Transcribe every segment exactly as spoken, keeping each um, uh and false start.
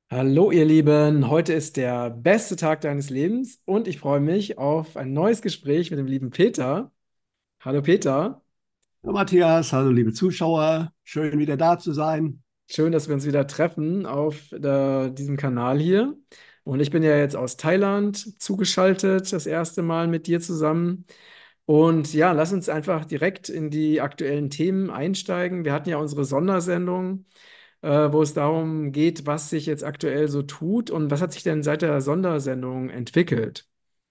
Hallo ihr Lieben, heute ist der beste Tag deines Lebens und ich freue mich auf ein neues Gespräch mit dem lieben Peter. Hallo Peter, Hallo Matthias, hallo liebe Zuschauer, schön wieder da zu sein. schön, dass wir uns wieder treffen auf der, diesem Kanal hier. Und ich bin ja jetzt aus Thailand zugeschaltet, das erste Mal mit dir zusammen. Und ja, lass uns einfach direkt in die aktuellen Themen einsteigen. Wir hatten ja unsere Sondersendung, äh, wo es darum geht, was sich jetzt aktuell so tut und was hat sich denn seit der Sondersendung entwickelt.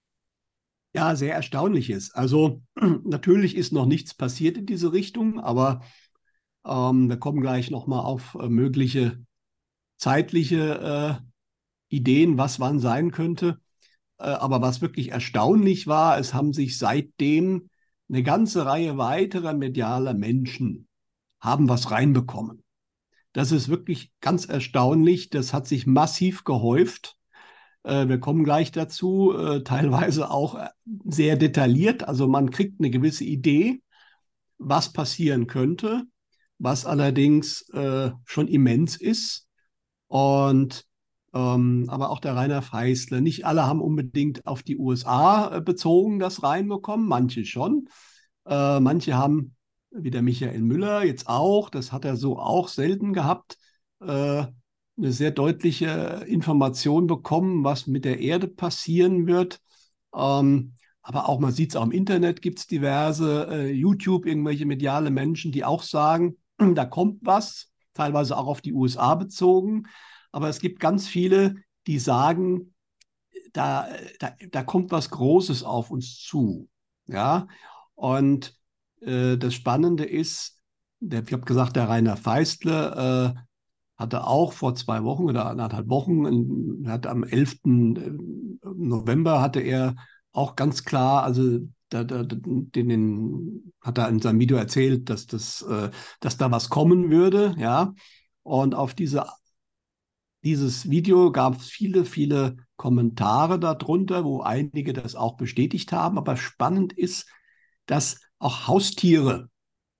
Ja, sehr erstaunliches. Also natürlich ist noch nichts passiert in diese Richtung, aber ähm, wir kommen gleich nochmal auf äh, mögliche zeitliche äh, Ideen, was wann sein könnte. Äh, aber was wirklich erstaunlich war, es haben sich seitdem eine ganze Reihe weiterer medialer Menschen haben was reinbekommen. Das ist wirklich ganz erstaunlich. Das hat sich massiv gehäuft. Äh, Wir kommen gleich dazu, äh, teilweise auch äh, sehr detailliert. Also man kriegt eine gewisse Idee, was passieren könnte, was allerdings äh, schon immens ist. Und ähm, aber auch der Rainer Feißler, nicht alle haben unbedingt auf die U S A äh, bezogen das reinbekommen, manche schon. Äh, manche haben, wie der Michael Müller jetzt auch, das hat er so auch selten gehabt, äh, eine sehr deutliche Information bekommen, was mit der Erde passieren wird. Ähm, aber auch, man sieht es auch im Internet, gibt es diverse, äh, YouTube, irgendwelche mediale Menschen, die auch sagen, da kommt was, teilweise auch auf die U S A bezogen. Aber es gibt ganz viele, die sagen, da, da, da kommt was Großes auf uns zu. Ja, und äh, das Spannende ist, der, ich habe gesagt, der Rainer Feistle äh, hatte auch vor zwei Wochen oder anderthalb Wochen, in, hat am elften November hatte er auch ganz klar, also da, da, den, den, hat er in seinem Video erzählt, dass, das, äh, dass da was kommen würde, ja. Und auf diese dieses Video gab es viele, viele Kommentare darunter, wo einige das auch bestätigt haben. Aber spannend ist, dass auch Haustiere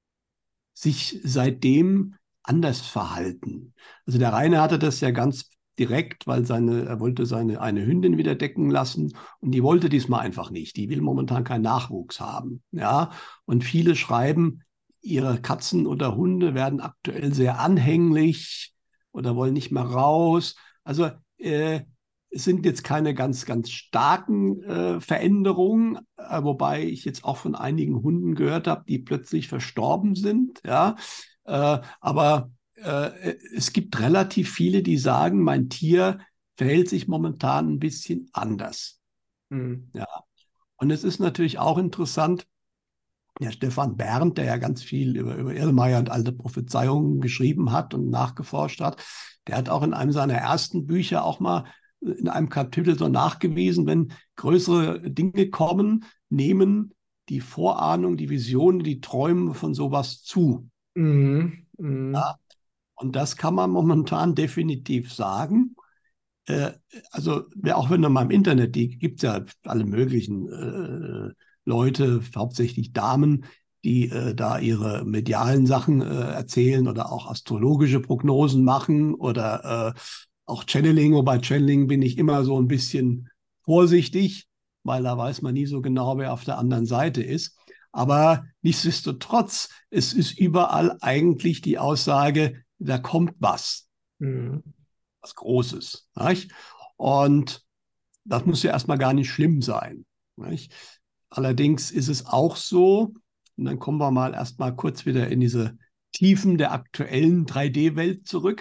sich seitdem anders verhalten. Also der Rainer hatte das ja ganz direkt, weil seine, er wollte seine eine Hündin wieder decken lassen und die wollte diesmal einfach nicht. Die will momentan keinen Nachwuchs haben. Ja, und viele schreiben, ihre Katzen oder Hunde werden aktuell sehr anhänglich oder wollen nicht mehr raus. Also äh, es sind jetzt keine ganz, ganz starken äh, Veränderungen, äh, wobei ich jetzt auch von einigen Hunden gehört habe, die plötzlich verstorben sind. Ja, äh, aber äh, es gibt relativ viele, die sagen, mein Tier verhält sich momentan ein bisschen anders. Hm. Ja, und es ist natürlich auch interessant, der Stefan Berndt, der ja ganz viel über, über Erlmeyer und alte Prophezeiungen geschrieben hat und nachgeforscht hat, der hat auch in einem seiner ersten Bücher auch mal in einem Kapitel so nachgewiesen, wenn größere Dinge kommen, nehmen die Vorahnung, die Visionen, die Träume von sowas zu. Mhm. Mhm. Ja? Und das kann man momentan definitiv sagen. Äh, also auch wenn du mal im Internet, die gibt es ja alle möglichen äh, Leute, hauptsächlich Damen, die äh, da ihre medialen Sachen äh, erzählen oder auch astrologische Prognosen machen oder äh, auch Channeling. Wobei Channeling bin ich immer so ein bisschen vorsichtig, weil da weiß man nie so genau, wer auf der anderen Seite ist. Aber nichtsdestotrotz, es ist überall eigentlich die Aussage, da kommt was, Mhm. was Großes. Nicht? Und das muss ja erstmal gar nicht schlimm sein. Nicht? Allerdings ist es auch so, und dann kommen wir mal erstmal kurz wieder in diese Tiefen der aktuellen drei D-Welt zurück,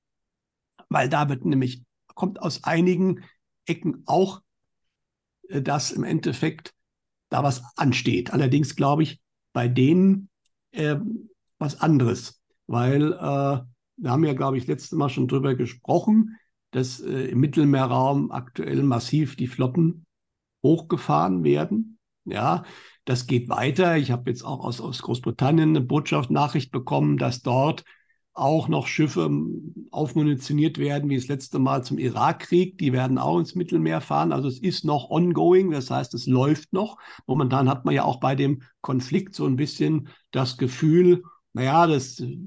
weil da wird nämlich, kommt aus einigen Ecken auch, äh, dass im Endeffekt da was ansteht. Allerdings glaube ich bei denen äh, was anderes, weil äh, wir haben ja, glaube ich, letztes Mal schon drüber gesprochen, dass äh, im Mittelmeerraum aktuell massiv die Flotten hochgefahren werden. Ja, das geht weiter. Ich habe jetzt auch aus, aus Großbritannien eine Botschaft, Nachricht bekommen, dass dort auch noch Schiffe ähm, aufmunitioniert werden, wie das letzte Mal zum Irakkrieg. Die werden auch ins Mittelmeer fahren. Also es ist noch ongoing, das heißt, es läuft noch. Momentan hat man ja auch bei dem Konflikt so ein bisschen das Gefühl, naja, das,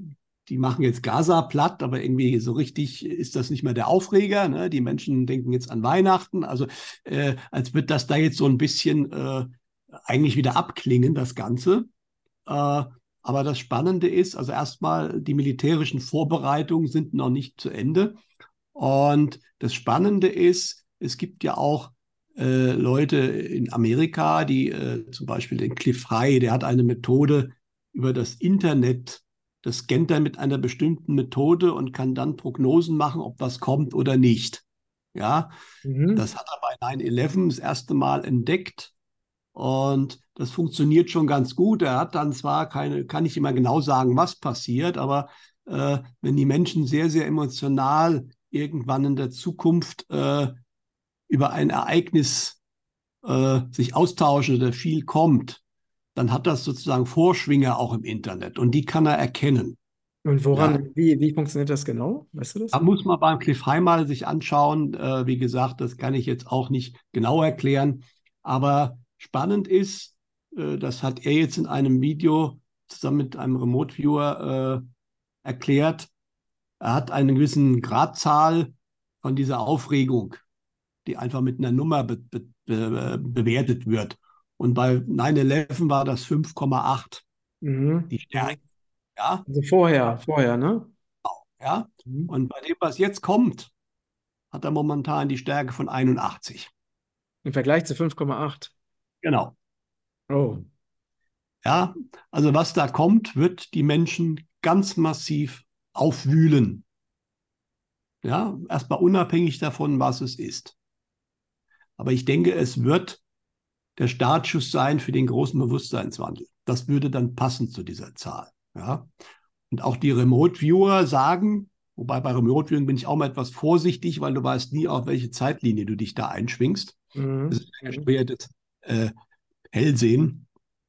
die machen jetzt Gaza platt, aber irgendwie so richtig ist das nicht mehr der Aufreger. Ne? Die Menschen denken jetzt an Weihnachten. Also äh, als wird das da jetzt so ein bisschen äh, eigentlich wieder abklingen, das Ganze. Äh, aber das Spannende ist, also erstmal, die militärischen Vorbereitungen sind noch nicht zu Ende. Und das Spannende ist, es gibt ja auch äh, Leute in Amerika, die äh, zum Beispiel den Cliff High, der hat eine Methode über das Internet, das scannt er mit einer bestimmten Methode und kann dann Prognosen machen, ob was kommt oder nicht. Ja, Mhm. das hat er bei neun elf das erste Mal entdeckt und das funktioniert schon ganz gut. Er hat dann zwar keine, kann nicht immer genau sagen, was passiert, aber äh, wenn die Menschen sehr, sehr emotional irgendwann in der Zukunft äh, über ein Ereignis äh, sich austauschen oder viel kommt, dann hat das sozusagen Vorschwinge auch im Internet und die kann er erkennen. Und Ja, woran, wie, wie funktioniert das genau? Weißt du das? da muss man beim Cliff High mal sich anschauen. Äh, wie gesagt, das kann ich jetzt auch nicht genau erklären. Aber spannend ist, äh, das hat er jetzt in einem Video zusammen mit einem Remote Viewer äh, erklärt. Er hat eine gewisse Gradzahl von dieser Aufregung, die einfach mit einer Nummer be be be bewertet wird. Und bei neun elf war das fünf Komma acht, Mhm. die Mhm. Stärke. Ja, Also vorher, vorher, ne? ja. Mhm. Und bei dem, was jetzt kommt, hat er momentan die Stärke von einundachtzig. Im Vergleich zu fünf Komma acht. Genau. Oh. Ja, also was da kommt, wird die Menschen ganz massiv aufwühlen. Ja, erstmal unabhängig davon, was es ist. Aber ich denke, es wird der Startschuss sein für den großen Bewusstseinswandel. Das würde dann passen zu dieser Zahl. Ja. Und auch die Remote Viewer sagen, wobei bei Remote Viewing bin ich auch mal etwas vorsichtig, weil du weißt nie, auf welche Zeitlinie du dich da einschwingst. Das Mhm. ist ein Mhm. gesteuertes äh, Hellsehen.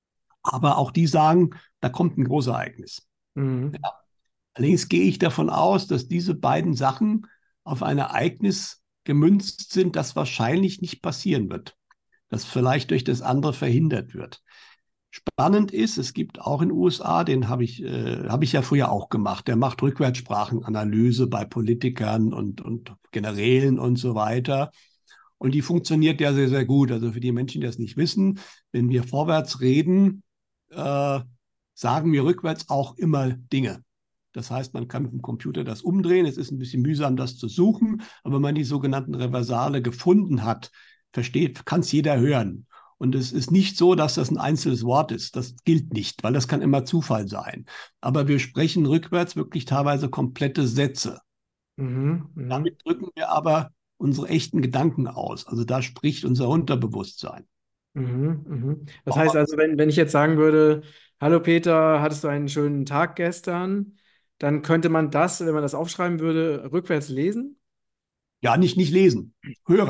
Aber auch die sagen, da kommt ein Großereignis. Mhm. Ja. Allerdings gehe ich davon aus, dass diese beiden Sachen auf ein Ereignis gemünzt sind, das wahrscheinlich nicht passieren wird, das vielleicht durch das andere verhindert wird. Spannend ist, es gibt auch in den U S A, den habe ich, äh, habe ich ja früher auch gemacht, der macht Rückwärtssprachenanalyse bei Politikern und, und Generälen und so weiter. Und die funktioniert ja sehr, sehr gut. Also für die Menschen, die das nicht wissen, wenn wir vorwärts reden, äh, sagen wir rückwärts auch immer Dinge. Das heißt, man kann mit dem Computer das umdrehen. Es ist ein bisschen mühsam, das zu suchen, aber wenn man die sogenannten Reversale gefunden hat, versteht, kann es jeder hören. Und es ist nicht so, dass das ein einzelnes Wort ist. Das gilt nicht, weil das kann immer Zufall sein. Aber wir sprechen rückwärts wirklich teilweise komplette Sätze. Mhm. Damit Mhm. drücken wir aber unsere echten Gedanken aus. Also da spricht unser Unterbewusstsein. Mhm. Mhm. Das heißt Aber also, wenn, wenn ich jetzt sagen würde, hallo Peter, hattest du einen schönen Tag gestern, dann könnte man das, wenn man das aufschreiben würde, rückwärts lesen, ja, nicht, nicht lesen, hören.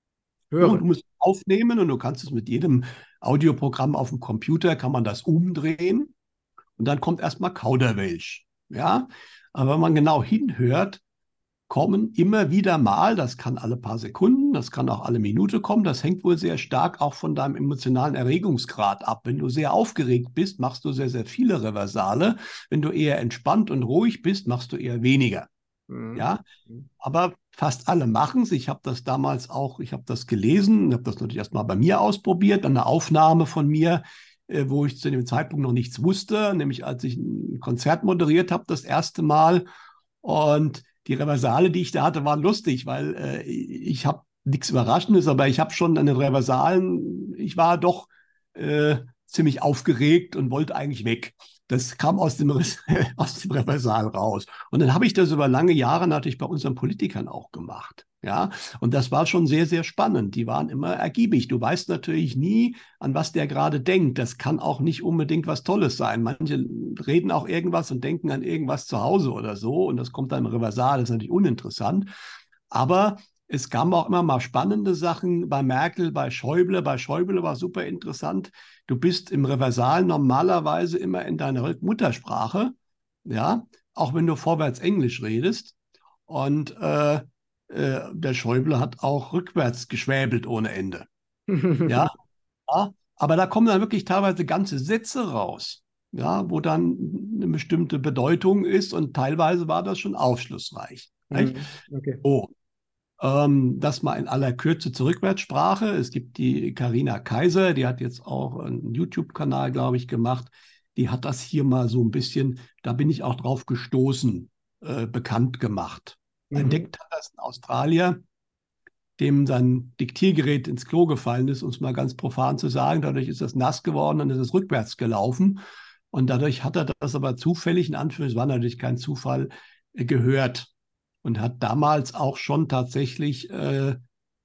Ne? Du hören. musst aufnehmen und du kannst es mit jedem Audioprogramm auf dem Computer, kann man das umdrehen und dann kommt erstmal Kauderwelsch. Ja, aber wenn man genau hinhört, kommen immer wieder mal, das kann alle paar Sekunden, das kann auch alle Minute kommen, das hängt wohl sehr stark auch von deinem emotionalen Erregungsgrad ab. Wenn du sehr aufgeregt bist, machst du sehr, sehr viele Reversale. Wenn du eher entspannt und ruhig bist, machst du eher weniger. Mhm. Ja, aber fast alle machen es. Ich habe das damals auch, ich habe das gelesen, habe das natürlich erstmal bei mir ausprobiert, dann eine Aufnahme von mir, äh, wo ich zu dem Zeitpunkt noch nichts wusste, nämlich als ich ein Konzert moderiert habe, das erste Mal. Und die Reversale, die ich da hatte, waren lustig, weil äh, ich habe nichts Überraschendes, aber ich habe schon an den Reversalen, ich war doch äh, ziemlich aufgeregt und wollte eigentlich weg. Das kam aus dem, aus dem Reversal raus. Und dann habe ich das über lange Jahre natürlich bei unseren Politikern auch gemacht. Ja, und das war schon sehr, sehr spannend. Die waren immer ergiebig. Du weißt natürlich nie, an was der gerade denkt. Das kann auch nicht unbedingt was Tolles sein. Manche reden auch irgendwas und denken an irgendwas zu Hause oder so. Und das kommt dann im Reversal. Das ist natürlich uninteressant. Aber es kamen auch immer mal spannende Sachen bei Merkel, bei Schäuble. Bei Schäuble war super interessant. Du bist im Reversal normalerweise immer in deiner Muttersprache, ja, auch wenn du vorwärts Englisch redest. Und äh, äh, der Schäuble hat auch rückwärts geschwäbelt ohne Ende. Ja, ja, aber da kommen dann wirklich teilweise ganze Sätze raus, ja, wo dann eine bestimmte Bedeutung ist und teilweise war das schon aufschlussreich. Nicht? Mhm. Okay. Oh, ähm, das mal in aller Kürze zur Rückwärtssprache. Es gibt die Carina Kaiser, die hat jetzt auch einen YouTube-Kanal, glaube ich, gemacht. Die hat das hier mal so ein bisschen, da bin ich auch drauf gestoßen, äh, bekannt gemacht. Mhm. Entdeckt hat das ein Australier, dem sein Diktiergerät ins Klo gefallen ist, um es mal ganz profan zu sagen. Dadurch ist das nass geworden und ist es rückwärts gelaufen. Und dadurch hat er das aber zufällig, in Anführungszeichen, war natürlich kein Zufall, äh, gehört. Und hat damals auch schon tatsächlich äh,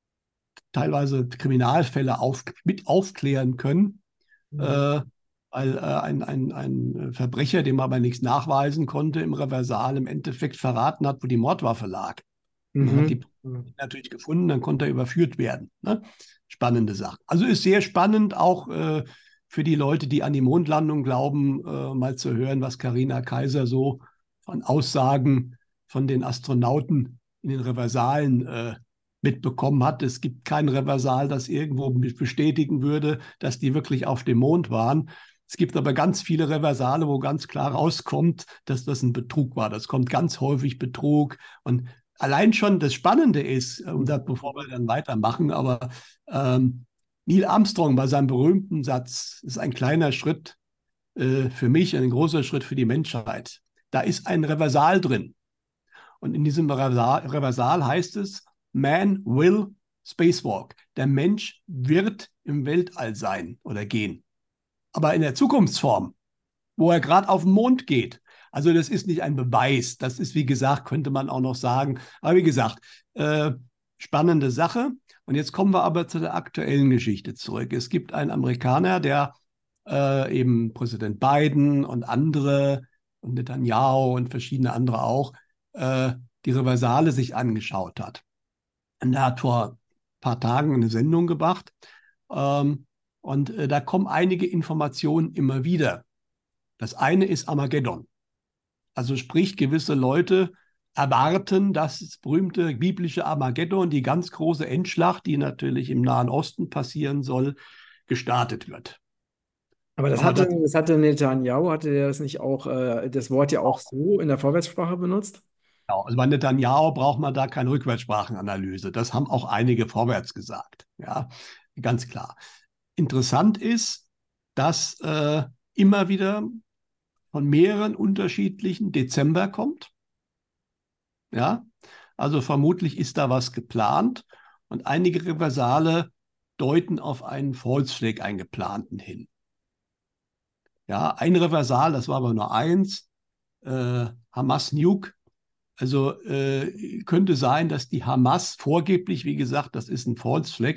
teilweise Kriminalfälle auf, mit aufklären können, Mhm. äh, weil äh, ein, ein, ein Verbrecher, dem man aber nichts nachweisen konnte, im Reversal im Endeffekt verraten hat, wo die Mordwaffe lag. Und dann hat die Mhm. Polizei natürlich gefunden, dann konnte er überführt werden. Ne? Spannende Sache. Also ist sehr spannend, auch äh, für die Leute, die an die Mondlandung glauben, äh, mal zu hören, was Carina Kaiser so von Aussagen von den Astronauten in den Reversalen äh, mitbekommen hat. Es gibt kein Reversal, das irgendwo bestätigen würde, dass die wirklich auf dem Mond waren. Es gibt aber ganz viele Reversale, wo ganz klar rauskommt, dass das ein Betrug war. Das kommt ganz häufig Betrug. Und allein schon das Spannende ist, um da, bevor wir Mhm. dann weitermachen, aber ähm, Neil Armstrong bei seinem berühmten Satz, ist ein kleiner Schritt äh, für mich, ein großer Schritt für die Menschheit. Da ist ein Reversal drin. Und in diesem Reversal, Reversal heißt es, Man will spacewalk. Der Mensch wird im Weltall sein oder gehen. Aber in der Zukunftsform, wo er gerade auf den Mond geht. Also das ist nicht ein Beweis. Das ist, wie gesagt, könnte man auch noch sagen. Aber wie gesagt, äh, spannende Sache. Und jetzt kommen wir aber zu der aktuellen Geschichte zurück. Es gibt einen Amerikaner, der äh, eben Präsident Biden und andere und Netanyahu und verschiedene andere auch äh, die Reversale sich angeschaut hat. Und er hat vor ein paar Tagen eine Sendung gemacht. Ähm, und äh, da kommen einige Informationen immer wieder. Das eine ist Armageddon. Also sprich, gewisse Leute erwarten, dass das berühmte biblische Armageddon, die ganz große Endschlacht, die natürlich im Nahen Osten passieren soll, gestartet wird. Aber das Aber hatte, das, das hatte Netanyahu, hatte der das nicht auch, äh, das Wort ja auch so in der Vorwärtssprache benutzt? genau, also bei Netanyahu braucht man da keine Rückwärtssprachenanalyse. Das haben auch einige vorwärts gesagt. Ja, ganz klar. Interessant ist, dass äh, immer wieder von mehreren unterschiedlichen Dezember kommt. Ja, also vermutlich ist da was geplant und einige Reversale deuten auf einen False Flag, einen geplanten hin. Ja, ein Reversal, das war aber nur eins, äh, Hamas Nuke. Also äh, könnte sein, dass die Hamas vorgeblich, wie gesagt, das ist ein False Flag,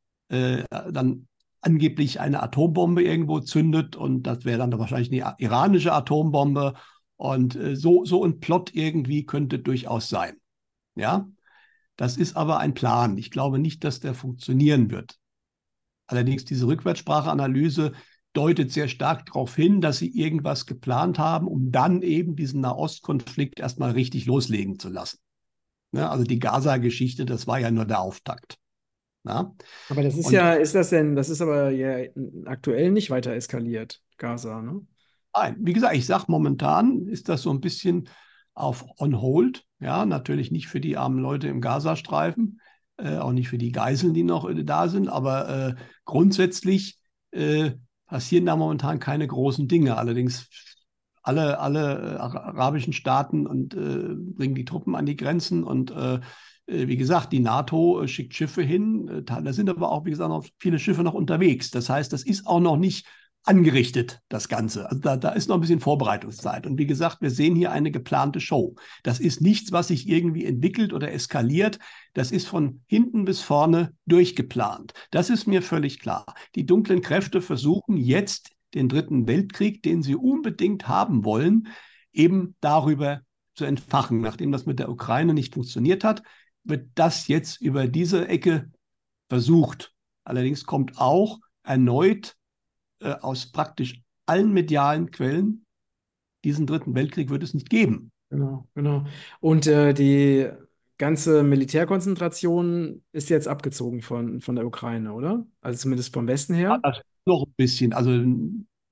äh, dann angeblich eine Atombombe irgendwo zündet und das wäre dann wahrscheinlich eine iranische Atombombe und äh, so, so ein Plot irgendwie könnte durchaus sein. Ja, das ist aber ein Plan. Ich glaube nicht, dass der funktionieren wird. Allerdings diese Rückwärtsspracheanalyse deutet sehr stark darauf hin, dass sie irgendwas geplant haben, um dann eben diesen Nahostkonflikt erstmal richtig loslegen zu lassen. Ne? Also die Gaza-Geschichte, das war ja nur der Auftakt. Ja? Aber das ist Und ja, ist das denn, das ist aber ja aktuell nicht weiter eskaliert, Gaza, ne? nein, wie gesagt, ich sage momentan ist das so ein bisschen auf on hold. Ja, natürlich nicht für die armen Leute im Gazastreifen, äh, auch nicht für die Geiseln, die noch äh, da sind, aber äh, grundsätzlich äh, passieren da momentan keine großen Dinge. Allerdings alle, alle äh, arabischen Staaten und äh, bringen die Truppen an die Grenzen und äh, äh, wie gesagt, die NATO äh, schickt Schiffe hin. Äh, da sind aber auch, wie gesagt, noch viele Schiffe noch unterwegs. Das heißt, das ist auch noch nicht angerichtet, das Ganze. Also da, da ist noch ein bisschen Vorbereitungszeit. Und wie gesagt, wir sehen hier eine geplante Show. Das ist nichts, was sich irgendwie entwickelt oder eskaliert. Das ist von hinten bis vorne durchgeplant. Das ist mir völlig klar. Die dunklen Kräfte versuchen jetzt den Dritten Weltkrieg, den sie unbedingt haben wollen, eben darüber zu entfachen. Nachdem das mit der Ukraine nicht funktioniert hat, wird das jetzt über diese Ecke versucht. Allerdings kommt auch erneut äh, aus praktisch allen medialen Quellen, diesen Dritten Weltkrieg wird es nicht geben. Genau, genau. Und äh, die ganze Militärkonzentration ist jetzt abgezogen von, von der Ukraine, oder? Also zumindest vom Westen her. Das noch ein bisschen, also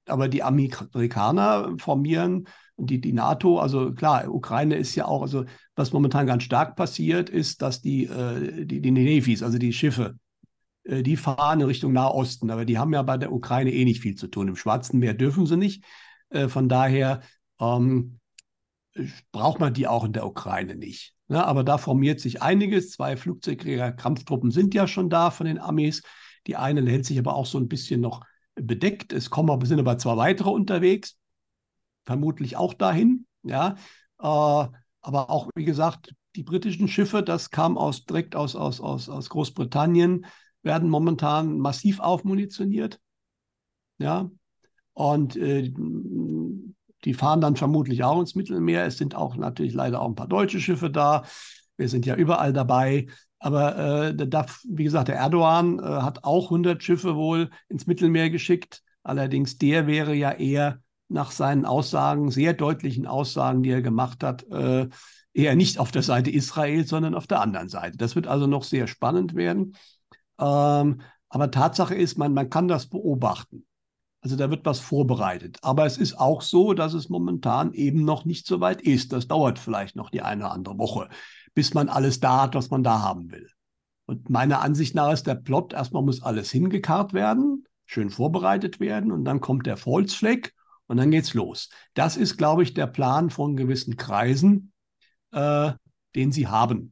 aber die Amerikaner formieren die, die NATO, also klar, Ukraine ist ja auch, also was momentan ganz stark passiert, ist, dass die, äh, die, die Navies, also die Schiffe, äh, die fahren in Richtung Nahosten, aber die haben ja bei der Ukraine eh nicht viel zu tun. Im Schwarzen Meer dürfen sie nicht. Äh, von daher ähm, braucht man die auch in der Ukraine nicht. Ne? Aber da formiert sich einiges. Zwei Flugzeugträger-Kampftruppen sind ja schon da von den Amis. Die eine hält sich aber auch so ein bisschen noch bedeckt. Es kommen aber, sind aber zwei weitere unterwegs, vermutlich auch dahin. Ja? Äh, aber auch, wie gesagt, die britischen Schiffe, das kam aus, direkt aus, aus, aus, aus Großbritannien, werden momentan massiv aufmunitioniert. Ja? Und äh, die fahren dann vermutlich auch ins Mittelmeer. Es sind auch natürlich leider auch ein paar deutsche Schiffe da. Wir sind ja überall dabei. Aber äh, da, wie gesagt, der Erdogan äh, hat auch hundert Schiffe wohl ins Mittelmeer geschickt. Allerdings der wäre ja eher nach seinen Aussagen, sehr deutlichen Aussagen, die er gemacht hat, äh, eher nicht auf der Seite Israels, sondern auf der anderen Seite. Das wird also noch sehr spannend werden. Ähm, aber Tatsache ist, man, man kann das beobachten. Also da wird was vorbereitet. Aber es ist auch so, dass es momentan eben noch nicht so weit ist. Das dauert vielleicht noch die eine oder andere Woche, bis man alles da hat, was man da haben will. Und meiner Ansicht nach ist der Plot, erstmal muss alles hingekarrt werden, schön vorbereitet werden und dann kommt der False Flag und dann geht's los. Das ist, glaube ich, der Plan von gewissen Kreisen, äh, den sie haben.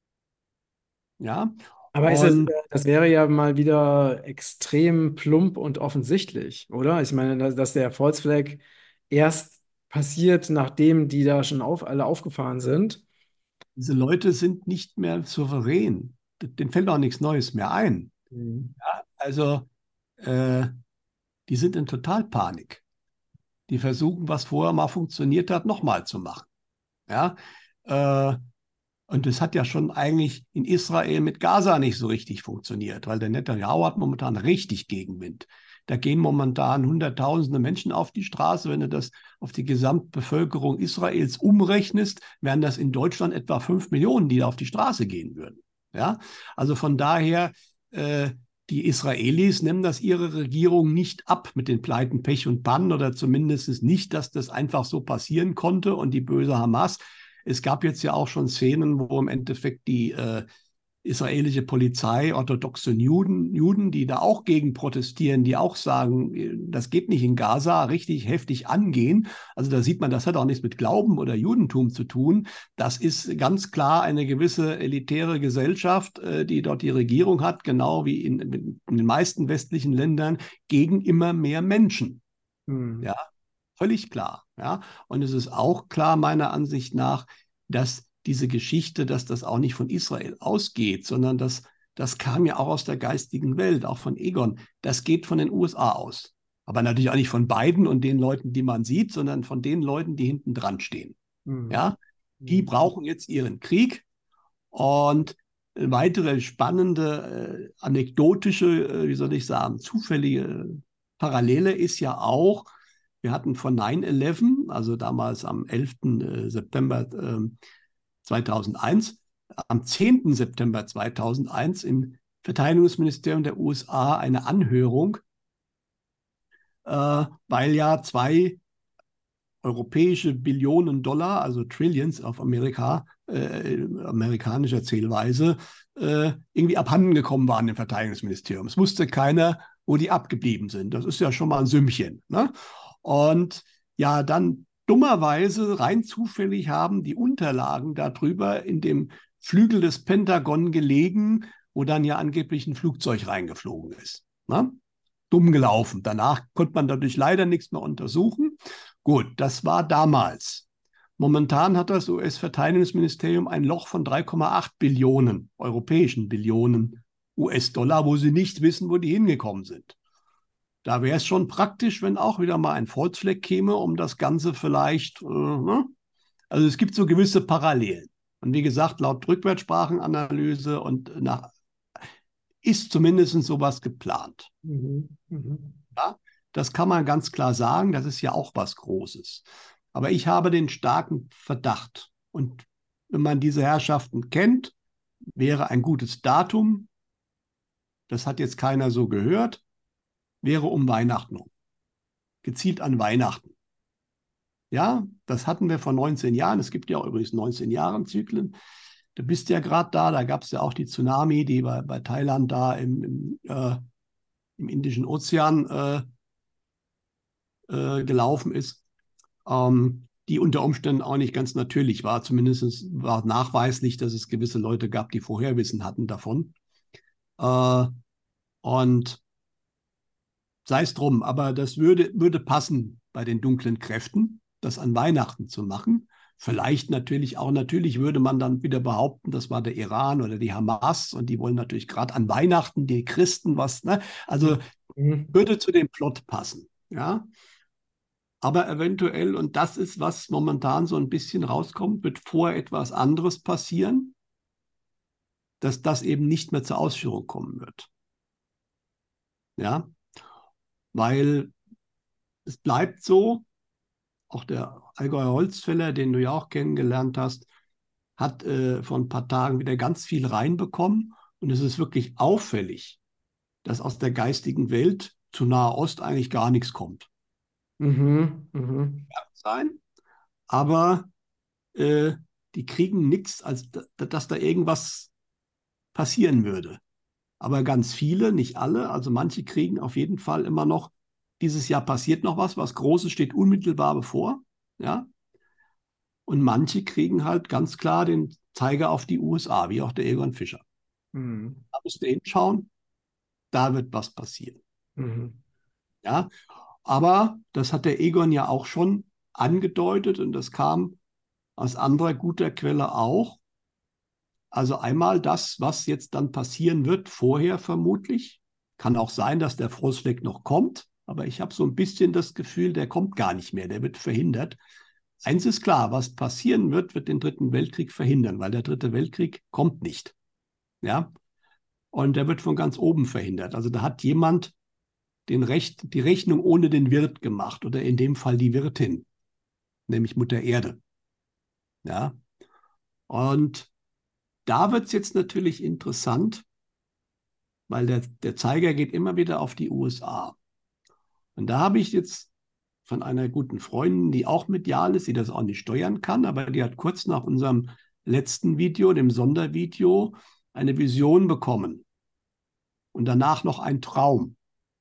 Ja, Aber ist es, und das wäre ja mal wieder extrem plump und offensichtlich, oder? Ich meine, dass, dass der False Flag erst passiert, nachdem die da schon auf, alle aufgefahren sind. diese Leute sind nicht mehr souverän. Denen fällt auch nichts Neues mehr ein. Mhm. Ja, also äh, die sind in Totalpanik. Die versuchen, was vorher mal funktioniert hat, nochmal zu machen. Ja, äh, und das hat ja schon eigentlich in Israel mit Gaza nicht so richtig funktioniert, weil der Netanyahu hat momentan richtig Gegenwind. Da gehen momentan Hunderttausende Menschen auf die Straße. Wenn du das auf die Gesamtbevölkerung Israels umrechnest, wären das in Deutschland etwa fünf Millionen, die da auf die Straße gehen würden. Ja, also von daher, äh, die Israelis nehmen das ihre Regierung nicht ab mit den Pleiten, Pech und Pannen oder zumindest nicht, dass das einfach so passieren konnte und die böse Hamas. Es gab jetzt ja auch schon Szenen, wo im Endeffekt die äh, israelische Polizei, orthodoxe Juden, Juden, die da auch gegen protestieren, die auch sagen, das geht nicht in Gaza, richtig heftig angehen. Also da sieht man, das hat auch nichts mit Glauben oder Judentum zu tun. Das ist ganz klar eine gewisse elitäre Gesellschaft, äh, die dort die Regierung hat, genau wie in, in den meisten westlichen Ländern, gegen immer mehr Menschen. Mhm. Ja, völlig klar. Ja, und es ist auch klar, meiner Ansicht nach, dass diese Geschichte, dass das auch nicht von Israel ausgeht, sondern dass das kam ja auch aus der geistigen Welt, auch von Egon. Das geht von den U S A aus. Aber natürlich auch nicht von Biden und den Leuten, die man sieht, sondern von den Leuten, die hinten dran stehen. Mhm. Ja, die Mhm. brauchen jetzt ihren Krieg. Und eine weitere spannende, äh, anekdotische, äh, wie soll ich sagen, zufällige Parallele ist ja auch, wir hatten von neun elf, also damals am elften September ähm, zweitausendeins, am zehnten September zweitausendeins im Verteidigungsministerium der U S A eine Anhörung, äh, weil ja zwei europäische Billionen Dollar, also Trillions auf Amerika, äh, amerikanischer Zählweise, äh, irgendwie abhanden gekommen waren im Verteidigungsministerium. Es wusste keiner, wo die abgeblieben sind. Das ist ja schon mal ein Sümmchen. Ne? Und ja, dann dummerweise, rein zufällig, haben die Unterlagen darüber in dem Flügel des Pentagon gelegen, wo dann ja angeblich ein Flugzeug reingeflogen ist. Ne? Dumm gelaufen. Danach konnte man dadurch leider nichts mehr untersuchen. Gut, das war damals. Momentan hat das U S-Verteidigungsministerium ein Loch von drei Komma acht Billionen, europäischen Billionen U S-Dollar, wo sie nicht wissen, wo die hingekommen sind. Da wäre es schon praktisch, wenn auch wieder mal ein False käme, um das Ganze vielleicht, äh, ne? Also es gibt so gewisse Parallelen. Und wie gesagt, laut Rückwärtssprachenanalyse und nach, ist zumindest sowas geplant. Mhm. Mhm. Ja, das kann man ganz klar sagen, das ist ja auch was Großes. Aber ich habe den starken Verdacht. Und wenn man diese Herrschaften kennt, wäre ein gutes Datum, das hat jetzt keiner so gehört, wäre um Weihnachten rum. gezielt an Weihnachten. Ja, das hatten wir vor neunzehn Jahren. Es gibt ja auch übrigens neunzehn-Jahren-Zyklen. Du bist ja gerade da, da gab es ja auch die Tsunami, die bei, bei Thailand da im, im, äh, im Indischen Ozean äh, äh, gelaufen ist, ähm, die unter Umständen auch nicht ganz natürlich war. Zumindest war nachweislich, dass es gewisse Leute gab, die Vorherwissen hatten davon. Äh, und sei es drum, aber das würde, würde passen bei den dunklen Kräften, das an Weihnachten zu machen. Vielleicht natürlich auch, natürlich würde man dann wieder behaupten, das war der Iran oder die Hamas und die wollen natürlich gerade an Weihnachten die Christen was, ne? Also Mhm. würde zu dem Plot passen, ja. Aber eventuell, und das ist, was momentan so ein bisschen rauskommt, wird vorher etwas anderes passieren, dass das eben nicht mehr zur Ausführung kommen wird. Ja, weil es bleibt so, auch der Allgäuer Holzfäller, den du ja auch kennengelernt hast, hat äh, vor ein paar Tagen wieder ganz viel reinbekommen. Und es ist wirklich auffällig, dass aus der geistigen Welt zu Nahe Ost eigentlich gar nichts kommt. Mhm. Mhm. Kann sein, aber äh, die kriegen nichts, als dass da irgendwas passieren würde. Aber ganz viele, nicht alle, also manche kriegen auf jeden Fall immer noch, dieses Jahr passiert noch was, was Großes steht unmittelbar bevor. Ja, und manche kriegen halt ganz klar den Zeiger auf die U S A, wie auch der Egon Fischer. Mhm. Da müsst ihr hinschauen, da wird was passieren. Mhm. Ja, aber das hat der Egon ja auch schon angedeutet und das kam aus anderer guter Quelle auch. Also einmal das, was jetzt dann passieren wird, vorher vermutlich. Kann auch sein, dass der Frostschläg noch kommt, aber ich habe so ein bisschen das Gefühl, der kommt gar nicht mehr, der wird verhindert. Eins ist klar, was passieren wird, wird den Dritten Weltkrieg verhindern, weil der Dritte Weltkrieg kommt nicht. Ja, und der wird von ganz oben verhindert. Also da hat jemand den Recht, die Rechnung ohne den Wirt gemacht oder in dem Fall die Wirtin, nämlich Mutter Erde. Ja, und da wird es jetzt natürlich interessant, weil der, der Zeiger geht immer wieder auf die U S A. Und da habe ich jetzt von einer guten Freundin, die auch medial ist, die das auch nicht steuern kann, aber die hat kurz nach unserem letzten Video, dem Sondervideo, eine Vision bekommen und danach noch ein Traum.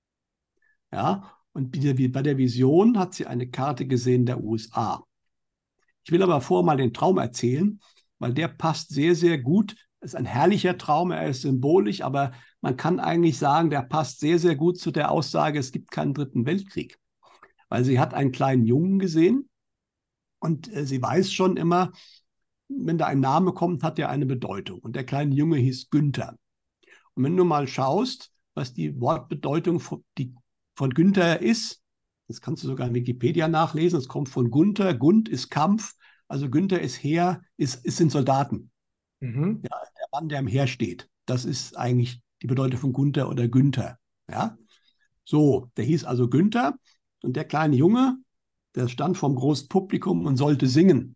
Ja, und bei der Vision hat sie eine Karte gesehen der U S A. Ich will aber vorher mal den Traum erzählen, weil der passt sehr, sehr gut. Es ist ein herrlicher Traum, er ist symbolisch, aber man kann eigentlich sagen, der passt sehr, sehr gut zu der Aussage, es gibt keinen Dritten Weltkrieg. Weil sie hat einen kleinen Jungen gesehen und äh, sie weiß schon immer, wenn da ein Name kommt, hat er eine Bedeutung. Und der kleine Junge hieß Günther. Und wenn du mal schaust, was die Wortbedeutung von, die, von Günther ist, das kannst du sogar in Wikipedia nachlesen, es kommt von Gunther, Gund ist Kampf, also Günther ist Heer, ist, ist sind Soldaten. Mhm. Ja, der Mann, der im Heer steht. Das ist eigentlich die Bedeutung von Gunther oder Günther. Ja? So, der hieß also Günther und der kleine Junge, der stand vorm großen Publikum und sollte singen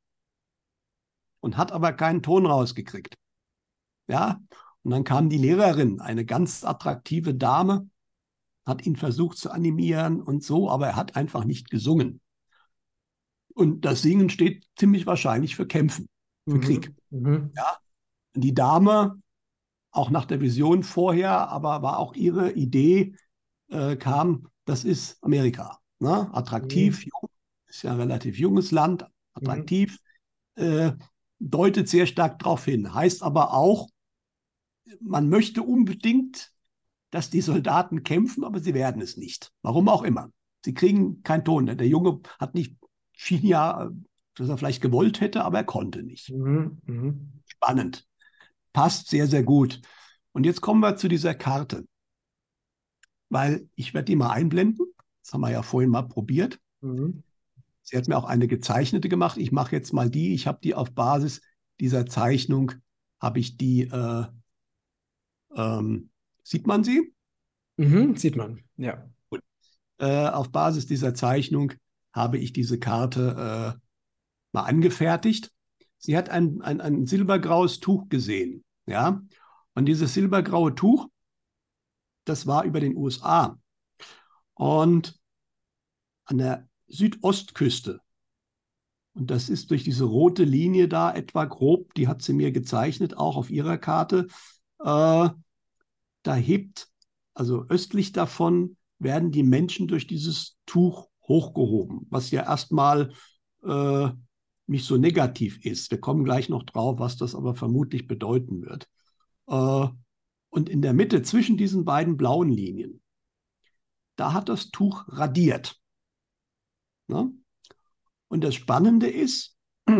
und hat aber keinen Ton rausgekriegt. Ja, und dann kam die Lehrerin, eine ganz attraktive Dame, hat ihn versucht zu animieren und so, aber er hat einfach nicht gesungen. Und das Singen steht ziemlich wahrscheinlich für Kämpfen, für Krieg. Mhm. Mhm. Ja, die Dame, auch nach der Vision vorher, aber war auch ihre Idee, äh, kam, das ist Amerika. Ne? Mhm. Attraktiv, jung, ist ja ein relativ junges Land, Mhm. attraktiv, äh, deutet sehr stark darauf hin. Heißt aber auch, man möchte unbedingt, dass die Soldaten kämpfen, aber sie werden es nicht. Warum auch immer. Sie kriegen keinen Ton. Der Junge hat nicht, schien ja, dass er vielleicht gewollt hätte, aber er konnte nicht. Mhm. Mhm. Spannend. Passt sehr, sehr gut. Und jetzt kommen wir zu dieser Karte, weil ich werde die mal einblenden. Das haben wir ja vorhin mal probiert. Mhm. Sie hat mir auch eine gezeichnete gemacht. Ich mache jetzt mal die. Ich habe die auf Basis dieser Zeichnung, habe ich die, äh, ähm, sieht man sie? Mhm. Sieht man, ja. Gut. Äh, auf Basis dieser Zeichnung habe ich diese Karte äh, mal angefertigt. Sie hat ein, ein, ein silbergraues Tuch gesehen. Ja? Und dieses silbergraue Tuch, das war über den U S A. Und an der Südostküste. Und das ist durch diese rote Linie da etwa grob, die hat sie mir gezeichnet, auch auf ihrer Karte. Äh, da hebt, also östlich davon, werden die Menschen durch dieses Tuch hochgehoben, was ja erstmal äh, nicht so negativ ist. Wir kommen gleich noch drauf, was das aber vermutlich bedeuten wird. Äh, und in der Mitte zwischen diesen beiden blauen Linien, da hat das Tuch radiert. Ne? Und das Spannende ist,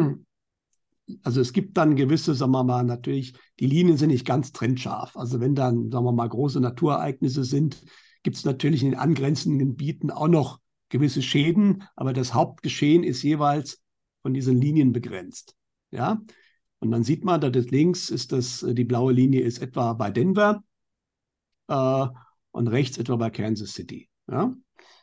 also es gibt dann gewisse, sagen wir mal, natürlich, die Linien sind nicht ganz trennscharf. Also wenn dann, sagen wir mal, große Naturereignisse sind, gibt es natürlich in den angrenzenden Gebieten auch noch gewisse Schäden, aber das Hauptgeschehen ist jeweils von diesen Linien begrenzt. Ja? Und dann sieht man, da das links ist das, die blaue Linie ist etwa bei Denver äh, und rechts etwa bei Kansas City. Ja?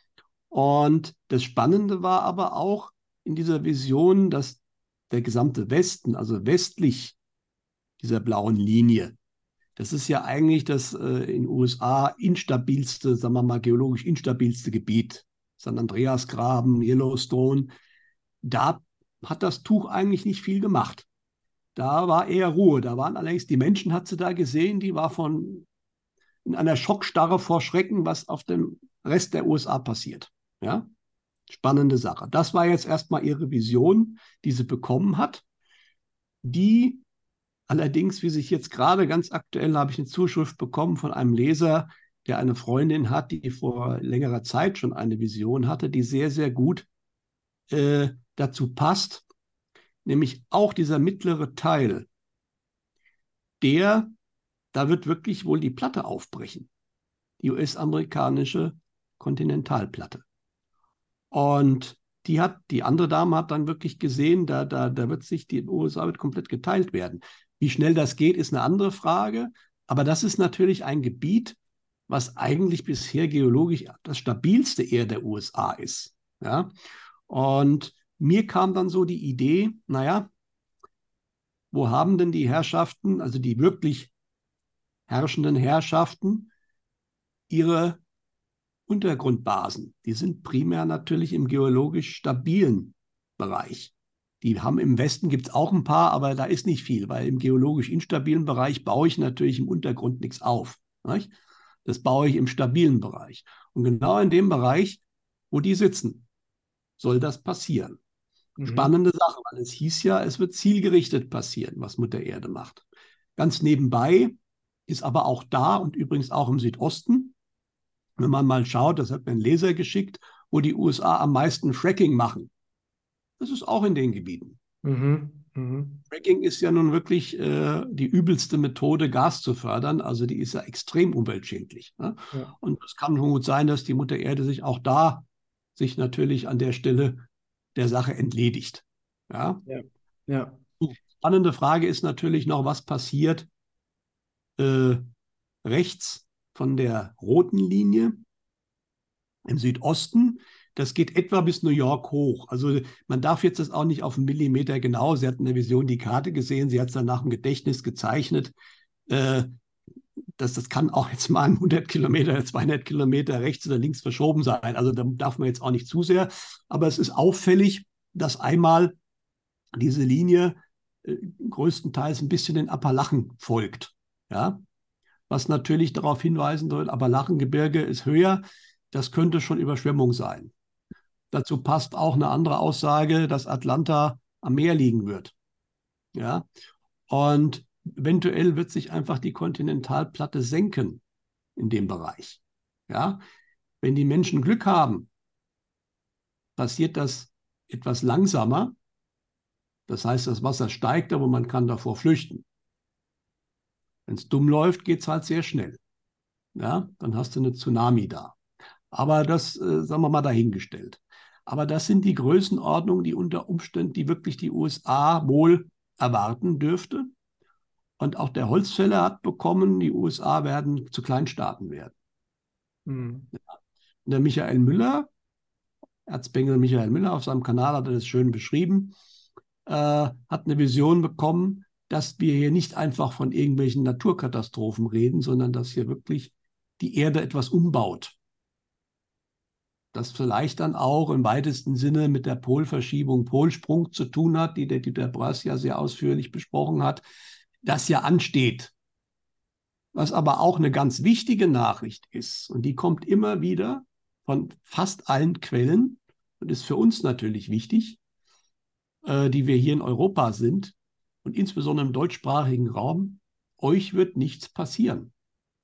Und das Spannende war aber auch in dieser Vision, dass der gesamte Westen, also westlich dieser blauen Linie, das ist ja eigentlich das äh, in den U S A instabilste, sagen wir mal, geologisch instabilste Gebiet. San Andreasgraben, Yellowstone. Da hat das Tuch eigentlich nicht viel gemacht. Da war eher Ruhe. Da waren allerdings die Menschen, hat sie da gesehen, die war von in einer Schockstarre vor Schrecken, was auf dem Rest der U S A passiert. Ja? Spannende Sache. Das war jetzt erstmal ihre Vision, die sie bekommen hat, die allerdings, wie sich jetzt gerade ganz aktuell, habe ich eine Zuschrift bekommen von einem Leser, der eine Freundin hat, die vor längerer Zeit schon eine Vision hatte, die sehr, sehr gut äh, dazu passt, nämlich auch dieser mittlere Teil, der, da wird wirklich wohl die Platte aufbrechen, die U S-amerikanische Kontinentalplatte. Und die hat, die andere Dame hat dann wirklich gesehen, da, da, da wird sich die U S A wird komplett geteilt werden. Wie schnell das geht, ist eine andere Frage. Aber das ist natürlich ein Gebiet, was eigentlich bisher geologisch das stabilste eher der U S A ist. Ja? Und mir kam dann so die Idee, naja, wo haben denn die Herrschaften, also die wirklich herrschenden Herrschaften, ihre Untergrundbasen? Die sind primär natürlich im geologisch stabilen Bereich. Die haben im Westen gibt es auch ein paar, aber da ist nicht viel, weil im geologisch instabilen Bereich baue ich natürlich im Untergrund nichts auf. Nicht? Das baue ich im stabilen Bereich. Und genau in dem Bereich, wo die sitzen, soll das passieren. Mhm. Spannende Sache, weil es hieß ja, es wird zielgerichtet passieren, was Mutter Erde macht. Ganz nebenbei ist aber auch da und übrigens auch im Südosten, wenn man mal schaut, das hat mir ein Leser geschickt, wo die U S A am meisten Fracking machen. Das ist auch in den Gebieten. Mhm. Mhm. Fracking ist ja nun wirklich äh, die übelste Methode, Gas zu fördern. Also die ist ja extrem umweltschädlich. Ne? Ja. Und es kann schon gut sein, dass die Mutter Erde sich auch da sich natürlich an der Stelle der Sache entledigt. Ja? Ja. Ja. Spannende Frage ist natürlich noch, was passiert äh, rechts von der roten Linie im Südosten. Das geht etwa bis New York hoch. Also man darf jetzt das auch nicht auf einen Millimeter genau. Sie hat in der Vision die Karte gesehen, sie hat es dann nach dem Gedächtnis gezeichnet. Äh, das, das kann auch jetzt mal hundert Kilometer, zweihundert Kilometer rechts oder links verschoben sein. Also da darf man jetzt auch nicht zu sehr. Aber es ist auffällig, dass einmal diese Linie äh, größtenteils ein bisschen den Appalachen folgt. Ja? Was natürlich darauf hinweisen soll, Appalachengebirge ist höher. Das könnte schon Überschwemmung sein. Dazu passt auch eine andere Aussage, dass Atlanta am Meer liegen wird. Ja? Und eventuell wird sich einfach die Kontinentalplatte senken in dem Bereich. Ja? Wenn die Menschen Glück haben, passiert das etwas langsamer. Das heißt, das Wasser steigt, aber man kann davor flüchten. Wenn es dumm läuft, geht es halt sehr schnell. Ja? Dann hast du eine Tsunami da. Aber das, äh, sagen wir mal, dahingestellt. Aber das sind die Größenordnungen, die unter Umständen, die wirklich die U S A wohl erwarten dürfte. Und auch der Holzfäller hat bekommen, die U S A werden zu Kleinstaaten werden. Mhm. Und der Michael Müller, Erzbengel Michael Müller auf seinem Kanal hat er das schön beschrieben, äh, hat eine Vision bekommen, dass wir hier nicht einfach von irgendwelchen Naturkatastrophen reden, sondern dass hier wirklich die Erde etwas umbaut. das vielleicht dann auch im weitesten Sinne mit der Polverschiebung, Polsprung zu tun hat, die der Dieter Brass ja sehr ausführlich besprochen hat, das ja ansteht. Was aber auch eine ganz wichtige Nachricht ist, und die kommt immer wieder von fast allen Quellen und ist für uns natürlich wichtig, äh, die wir hier in Europa sind und insbesondere im deutschsprachigen Raum, euch wird nichts passieren.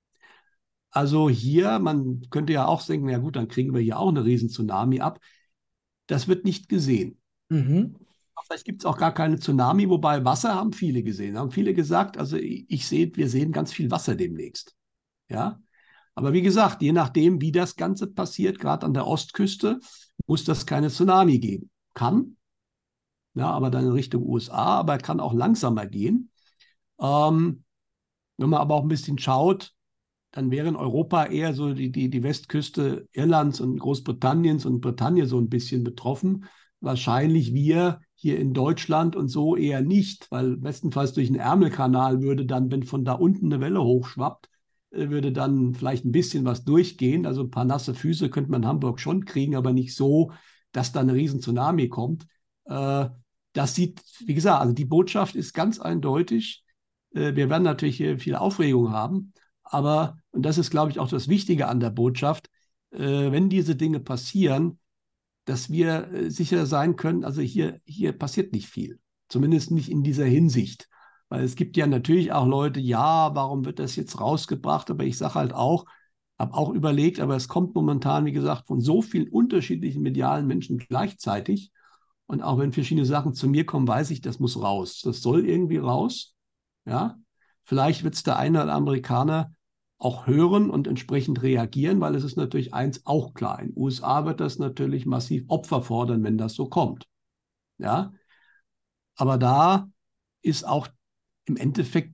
Also hier, man könnte ja auch denken, ja gut, dann kriegen wir hier auch eine riesen Tsunami ab. Das wird nicht gesehen. Mhm. Vielleicht gibt es auch gar keine Tsunami, wobei Wasser haben viele gesehen. Haben viele gesagt, also ich sehe, wir sehen ganz viel Wasser demnächst. Ja, aber wie gesagt, je nachdem, wie das Ganze passiert, gerade an der Ostküste, muss das keine Tsunami geben. Kann, ja, aber dann in Richtung U S A, aber kann auch langsamer gehen. Ähm, wenn man aber auch ein bisschen schaut, dann wäre in Europa eher so die, die, die Westküste Irlands und Großbritanniens und Bretagne so ein bisschen betroffen. Wahrscheinlich wir hier in Deutschland und so eher nicht, weil bestenfalls durch den Ärmelkanal würde dann, wenn von da unten eine Welle hochschwappt, äh, würde dann vielleicht ein bisschen was durchgehen. Also ein paar nasse Füße könnte man in Hamburg schon kriegen, aber nicht so, dass da eine riesen Tsunami kommt. Äh, Das sieht, wie gesagt, also die Botschaft ist ganz eindeutig. Äh, Wir werden natürlich hier viel Aufregung haben. Aber, und das ist, glaube ich, auch das Wichtige an der Botschaft, äh, wenn diese Dinge passieren, dass wir äh, sicher sein können, also hier, hier passiert nicht viel. Zumindest nicht in dieser Hinsicht. Weil es gibt ja natürlich auch Leute, ja, warum wird das jetzt rausgebracht? Aber ich sage halt auch, habe auch überlegt, aber es kommt momentan, wie gesagt, von so vielen unterschiedlichen medialen Menschen gleichzeitig. Und auch wenn verschiedene Sachen zu mir kommen, weiß ich, das muss raus. Das soll irgendwie raus. Ja, vielleicht wird es der eine oder andere Amerikaner auch hören und entsprechend reagieren, weil es ist natürlich eins auch klar. In den U S A wird das natürlich massiv Opfer fordern, wenn das so kommt. Ja, aber da ist auch im Endeffekt,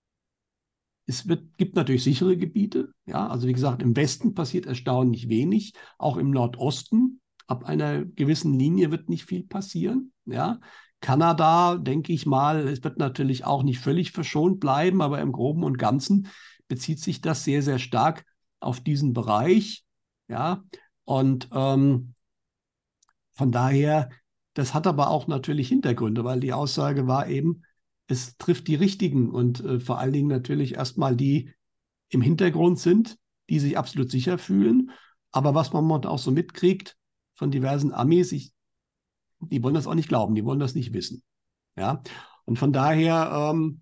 es wird, gibt natürlich sichere Gebiete. Ja, also wie gesagt, im Westen passiert erstaunlich wenig. Auch im Nordosten, ab einer gewissen Linie wird nicht viel passieren. Ja, Kanada, denke ich mal, es wird natürlich auch nicht völlig verschont bleiben, aber im Groben und Ganzen bezieht sich das sehr, sehr stark auf diesen Bereich. Ja, und ähm, von daher, das hat aber auch natürlich Hintergründe, weil die Aussage war eben, es trifft die Richtigen und äh, vor allen Dingen natürlich erstmal die im Hintergrund sind, die sich absolut sicher fühlen. Aber was man auch so mitkriegt von diversen Amis, ich, die wollen das auch nicht glauben, die wollen das nicht wissen. Ja, und von daher, ähm,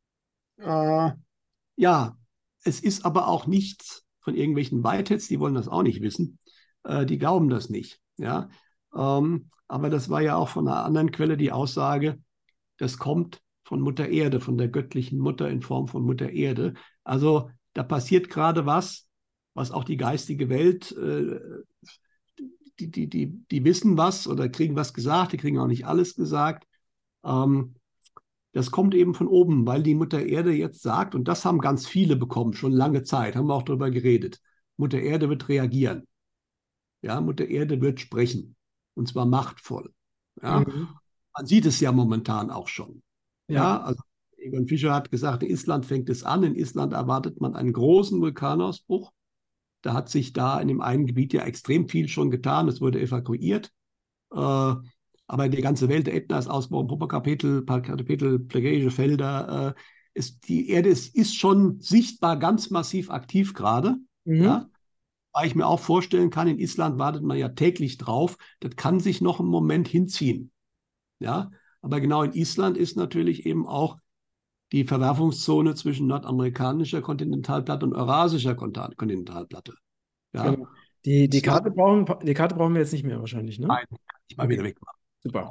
äh, ja, es ist aber auch nichts von irgendwelchen Whiteheads, die wollen das auch nicht wissen. Äh, die glauben das nicht. Ja, ähm, aber das war ja auch von einer anderen Quelle die Aussage, das kommt von Mutter Erde, von der göttlichen Mutter in Form von Mutter Erde. Also da passiert gerade was, was auch die geistige Welt, äh, die, die, die, die wissen was oder kriegen was gesagt, die kriegen auch nicht alles gesagt. Ähm, Das kommt eben von oben, weil die Mutter Erde jetzt sagt, und das haben ganz viele bekommen, schon lange Zeit, haben wir auch darüber geredet. Mutter Erde wird reagieren. Ja, Mutter Erde wird sprechen. Und zwar machtvoll. Ja, Mhm. man sieht es ja momentan auch schon. Ja. Ja, also Egon Fischer hat gesagt, in Island fängt es an. In Island erwartet man einen großen Vulkanausbruch. Da hat sich da in dem einen Gebiet ja extrem viel schon getan. Es wurde evakuiert. Äh, aber die ganze Welt, der Ätna ist ausgebrochen, Popocatépetl, Popocatépetl, Pleiadianische Felder. Äh, ist, die Erde ist, ist schon sichtbar ganz massiv aktiv gerade. Mhm. Ja, weil ich mir auch vorstellen kann, in Island wartet man ja täglich drauf. Das kann sich noch einen Moment hinziehen. Ja, aber genau in Island ist natürlich eben auch die Verwerfungszone zwischen nordamerikanischer Kontinentalplatte und eurasischer Kontinentalplatte. Ja, Genau. Die, die Island, Karte brauchen, die Karte brauchen wir jetzt nicht mehr wahrscheinlich, ne? nein, kann ich mal wieder Okay, wegmachen. super. Genau.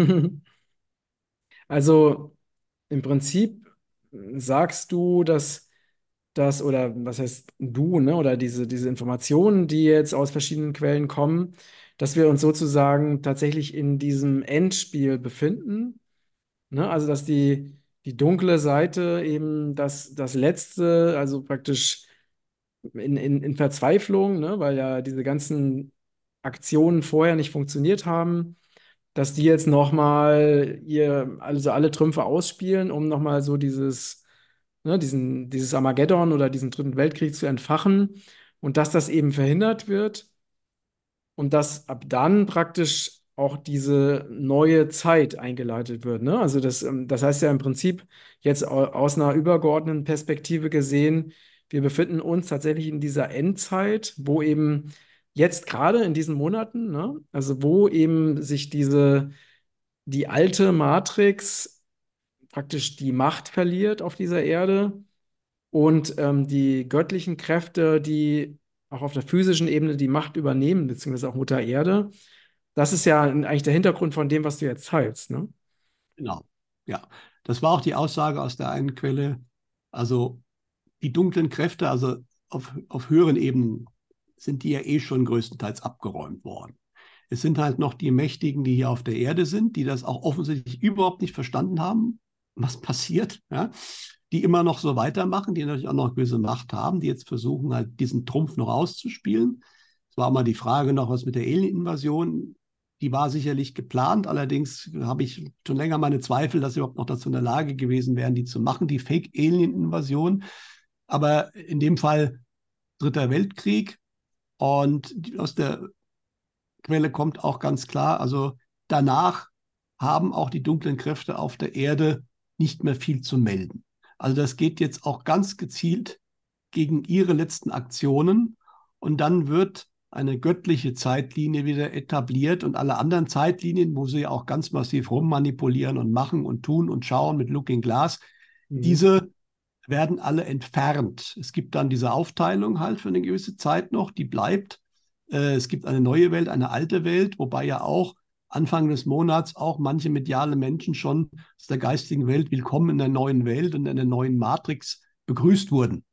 Also im Prinzip sagst du, dass das, oder was heißt du, ne, oder diese, diese Informationen, die jetzt aus verschiedenen Quellen kommen, dass wir uns sozusagen tatsächlich in diesem Endspiel befinden, ne? Also dass die, die dunkle Seite eben das, das Letzte, also praktisch in, in, in Verzweiflung, ne, weil ja diese ganzen Aktionen vorher nicht funktioniert haben, dass die jetzt nochmal ihr, also alle Trümpfe ausspielen, um nochmal so dieses, ne, diesen, dieses Armageddon oder diesen Dritten Weltkrieg zu entfachen und dass das eben verhindert wird. und dass ab dann praktisch auch diese neue Zeit eingeleitet wird. Ne? Also das, ähm, das heißt ja im Prinzip jetzt au- aus einer übergeordneten Perspektive gesehen, wir befinden uns tatsächlich in dieser Endzeit, wo eben jetzt gerade in diesen Monaten, ne, also wo eben sich diese, die alte Matrix praktisch die Macht verliert auf dieser Erde und ähm, die göttlichen Kräfte, die auch auf der physischen Ebene die Macht übernehmen, beziehungsweise auch Mutter Erde. Das ist ja eigentlich der Hintergrund von dem, was du jetzt teilst, ne? Genau. Ja, das war auch die Aussage aus der einen Quelle. Also die dunklen Kräfte, also auf, auf höheren Ebenen, sind die ja eh schon größtenteils abgeräumt worden. Es sind halt noch die Mächtigen, die hier auf der Erde sind, die das auch offensichtlich überhaupt nicht verstanden haben, was passiert, ja? Die immer noch so weitermachen, die natürlich auch noch eine gewisse Macht haben, die jetzt versuchen, halt diesen Trumpf noch auszuspielen. Es war auch mal die Frage noch, was mit der Alien-Invasion, die war sicherlich geplant, allerdings habe ich schon länger meine Zweifel, dass sie überhaupt noch dazu in der Lage gewesen wären, die zu machen, die Fake-Alien-Invasion. Aber in dem Fall Dritter Weltkrieg und aus der Quelle kommt auch ganz klar, also danach haben auch die dunklen Kräfte auf der Erde nicht mehr viel zu melden. Also das geht jetzt auch ganz gezielt gegen ihre letzten Aktionen und dann wird eine göttliche Zeitlinie wieder etabliert und alle anderen Zeitlinien, wo sie auch ganz massiv rummanipulieren und machen und tun und schauen mit Looking Glass, Mhm. diese werden alle entfernt. Es gibt dann diese Aufteilung halt für eine gewisse Zeit noch, die bleibt. Äh, es gibt eine neue Welt, eine alte Welt, wobei ja auch Anfang des Monats auch manche mediale Menschen schon aus der geistigen Welt willkommen in der neuen Welt und in der neuen Matrix begrüßt wurden.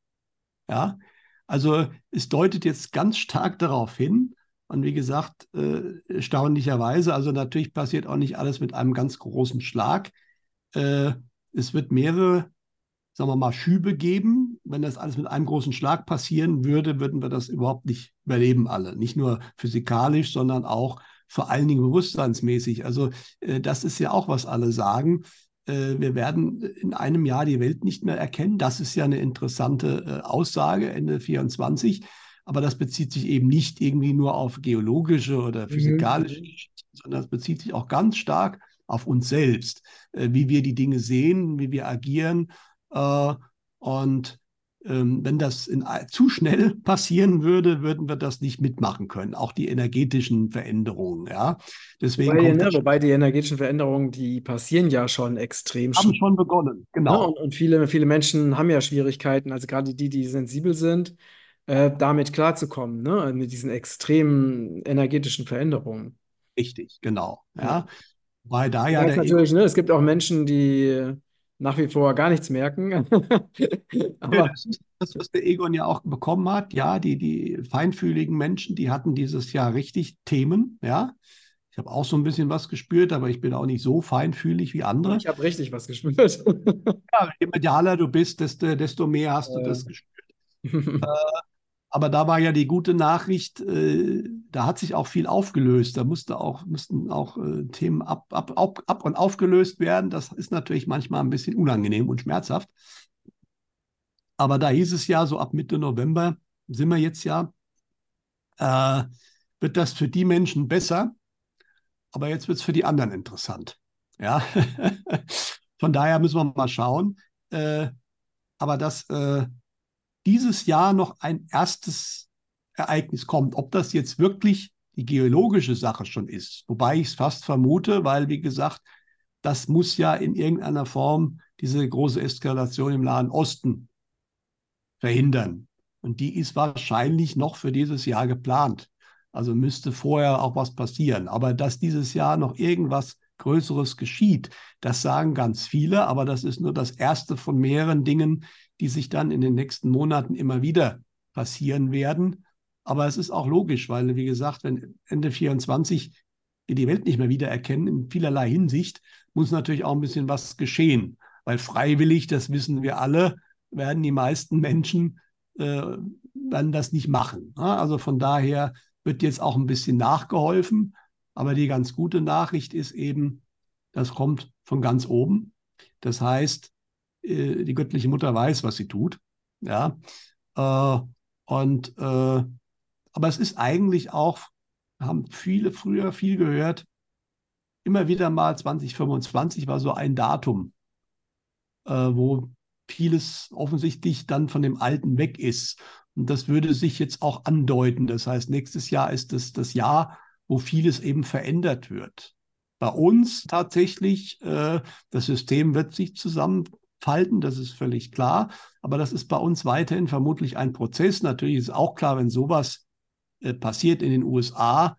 Ja, also es deutet jetzt ganz stark darauf hin. Und wie gesagt, äh, erstaunlicherweise, also natürlich passiert auch nicht alles mit einem ganz großen Schlag. Äh, es wird mehrere, sagen wir mal, Schübe geben. Wenn das alles mit einem großen Schlag passieren würde, würden wir das überhaupt nicht überleben alle. Nicht nur physikalisch, sondern auch vor allen Dingen bewusstseinsmäßig. Also äh, das ist ja auch, was alle sagen. Äh, wir werden in einem Jahr die Welt nicht mehr erkennen. Das ist ja eine interessante äh, Aussage, Ende vierundzwanzig. Aber das bezieht sich eben nicht irgendwie nur auf geologische oder Mhm. physikalische Mhm. Geschichten, sondern es bezieht sich auch ganz stark auf uns selbst, äh, wie wir die Dinge sehen, wie wir agieren. Äh, und ähm, wenn das in, zu schnell passieren würde, würden wir das nicht mitmachen können. Auch die energetischen Veränderungen. Ja? Deswegen Wobei, kommt ne, das, wobei die energetischen Veränderungen, die passieren ja schon extrem haben schnell. schon begonnen. Ne? Genau. Und, und viele, viele Menschen haben ja Schwierigkeiten, also gerade die, die sensibel sind, äh, damit klarzukommen, ne? Mit diesen extremen energetischen Veränderungen. Richtig, genau. Ja. Ja? Weil da ja Wobei es der Ego. natürlich, ne, es gibt auch Menschen, die nach wie vor gar nichts merken. Nö, Aber das ist das, was der Egon ja auch bekommen hat. Ja, die, die feinfühligen Menschen, die hatten dieses Jahr richtig Themen. Ja, ich habe auch so ein bisschen was gespürt, aber ich bin auch nicht so feinfühlig wie aber andere. ich habe richtig was gespürt. Ja, je medialer du bist, desto, desto mehr hast du Äh, das gespürt. Aber da war ja die gute Nachricht, äh, da hat sich auch viel aufgelöst. Da musste auch, mussten auch äh, Themen ab, ab, ab, ab und aufgelöst werden. Das ist natürlich manchmal ein bisschen unangenehm und schmerzhaft. Aber da hieß es ja, so ab Mitte November sind wir jetzt ja, äh, wird das für die Menschen besser, aber jetzt wird es für die anderen interessant. Ja, von daher müssen wir mal schauen. Äh, aber dass äh, dieses Jahr noch ein erstes Ereignis kommt, ob das jetzt wirklich die geologische Sache schon ist, wobei ich es fast vermute, weil, wie gesagt, das muss ja in irgendeiner Form diese große Eskalation im Nahen Osten verhindern. Und die ist wahrscheinlich noch für dieses Jahr geplant. Also müsste vorher auch was passieren. Aber dass dieses Jahr noch irgendwas Größeres geschieht, das sagen ganz viele, aber das ist nur das erste von mehreren Dingen, die sich dann in den nächsten Monaten immer wieder passieren werden. Aber es ist auch logisch, weil, wie gesagt, wenn Ende vierundzwanzig wir die Welt nicht mehr wiedererkennen, in vielerlei Hinsicht, muss natürlich auch ein bisschen was geschehen. Weil freiwillig, das wissen wir alle, werden die meisten Menschen äh, werden das nicht machen. Ne? Also von daher wird jetzt auch ein bisschen nachgeholfen. Aber die ganz gute Nachricht ist eben, das kommt von ganz oben. Das heißt, äh, die göttliche Mutter weiß, was sie tut. Ja. Äh, und äh, aber es ist eigentlich auch haben viele früher viel gehört. Immer wieder mal zwanzig fünfundzwanzig war so ein Datum, äh, wo vieles offensichtlich dann von dem Alten weg ist. Und das würde sich jetzt auch andeuten. Das heißt, nächstes Jahr ist es das Jahr, wo vieles eben verändert wird. Bei uns tatsächlich, äh, das System wird sich zusammenfalten, das ist völlig klar. Aber das ist bei uns weiterhin vermutlich ein Prozess. Natürlich ist auch klar, wenn sowas äh, passiert in den U S A,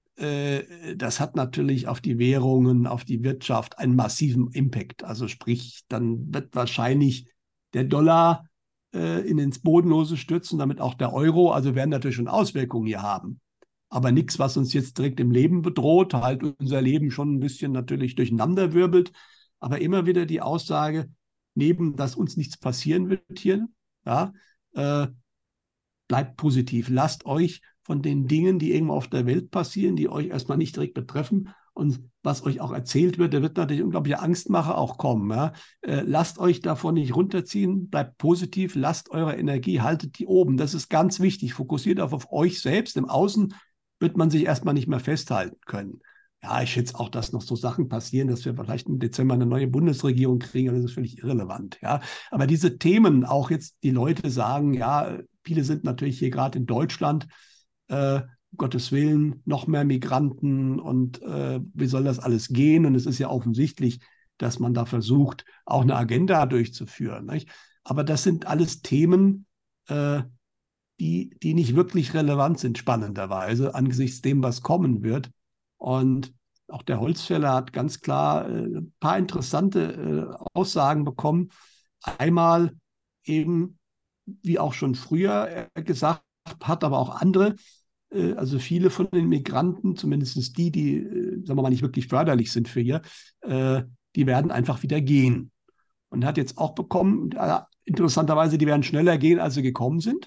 äh, das hat natürlich auf die Währungen, auf die Wirtschaft einen massiven Impact. Also sprich, dann wird wahrscheinlich der Dollar äh, in ins Bodenlose stürzen, damit auch der Euro. Also werden natürlich schon Auswirkungen hier haben. Aber nichts, was uns jetzt direkt im Leben bedroht, halt unser Leben schon ein bisschen natürlich durcheinander wirbelt. Aber immer wieder die Aussage, neben, dass uns nichts passieren wird hier, ja, äh, bleibt positiv. Lasst euch von den Dingen, die irgendwo auf der Welt passieren, die euch erstmal nicht direkt betreffen und was euch auch erzählt wird, da wird natürlich unglaubliche Angstmache auch kommen. Ja? Äh, lasst euch davon nicht runterziehen, bleibt positiv, lasst eure Energie, haltet die oben. Das ist ganz wichtig. Fokussiert auf, auf euch selbst. Im Außen wird man sich erstmal nicht mehr festhalten können. Ja, ich schätze auch, dass noch so Sachen passieren, dass wir vielleicht im Dezember eine neue Bundesregierung kriegen, aber das ist völlig irrelevant. Ja. Aber diese Themen, auch jetzt die Leute sagen, ja, viele sind natürlich hier gerade in Deutschland, äh, um Gottes Willen, noch mehr Migranten und äh, wie soll das alles gehen? Und es ist ja offensichtlich, dass man da versucht, auch eine Agenda durchzuführen. Nicht? Aber das sind alles Themen, äh, die, die nicht wirklich relevant sind, spannenderweise, angesichts dem, was kommen wird. Und auch der Holzfäller hat ganz klar äh, ein paar interessante äh, Aussagen bekommen. Einmal eben, wie auch schon früher er gesagt hat, aber auch andere, äh, also viele von den Migranten, zumindest die, die, äh, sagen wir mal, nicht wirklich förderlich sind für hier, äh, die werden einfach wieder gehen. Und hat jetzt auch bekommen, äh, interessanterweise, die werden schneller gehen, als sie gekommen sind.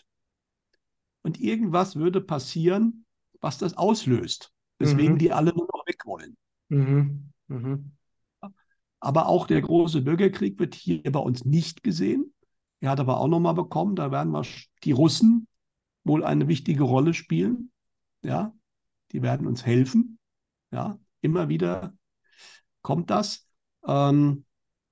Und irgendwas würde passieren, was das auslöst, weswegen Mhm. die alle nur noch weg wollen. Mhm. Mhm. Aber auch der große Bürgerkrieg wird hier bei uns nicht gesehen. Er hat aber auch nochmal bekommen, da werden wir die Russen wohl eine wichtige Rolle spielen. Ja, die werden uns helfen. Ja, immer wieder kommt das. Ähm,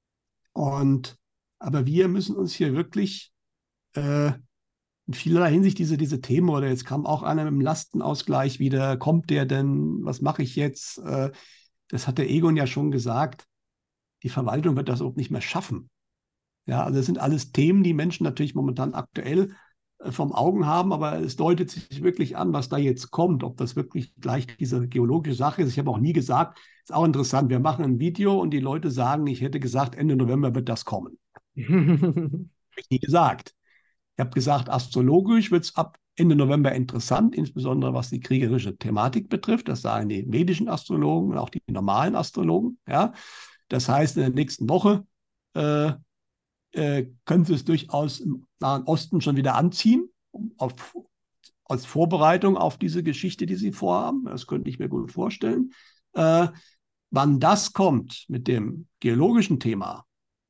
und aber wir müssen uns hier wirklich äh, in vielerlei Hinsicht diese, diese Themen, oder jetzt kam auch einer mit dem Lastenausgleich wieder, kommt der denn, was mache ich jetzt? Äh, das hat der Egon ja schon gesagt, die Verwaltung wird das auch nicht mehr schaffen. Ja, also das sind alles Themen, die Menschen natürlich momentan aktuell äh, vom Augen haben, aber es deutet sich wirklich an, was da jetzt kommt, ob das wirklich gleich diese geologische Sache ist. Ich habe auch nie gesagt, ist auch interessant, wir machen ein Video und die Leute sagen, ich hätte gesagt, Ende November wird das kommen. Habe ich nie gesagt. Ich habe gesagt, astrologisch wird es ab Ende November interessant, insbesondere was die kriegerische Thematik betrifft. Das sagen die medischen Astrologen und auch die normalen Astrologen. Ja? Das heißt, in der nächsten Woche äh, äh, könnte es durchaus im Nahen Osten schon wieder anziehen, auf, als Vorbereitung auf diese Geschichte, die sie vorhaben. Das könnte ich mir gut vorstellen. Äh, wann das kommt mit dem geologischen Thema,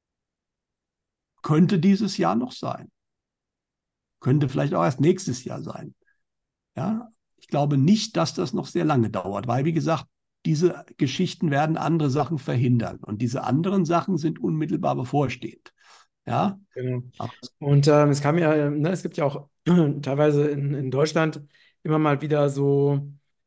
könnte dieses Jahr noch sein. Könnte vielleicht auch erst nächstes Jahr sein. Ja, ich glaube nicht, dass das noch sehr lange dauert, weil, wie gesagt, diese Geschichten werden andere Sachen verhindern. Und diese anderen Sachen sind unmittelbar bevorstehend. Ja, Genau. aber Und ähm, es kam ja, ne, es gibt ja auch teilweise in, in Deutschland immer mal wieder so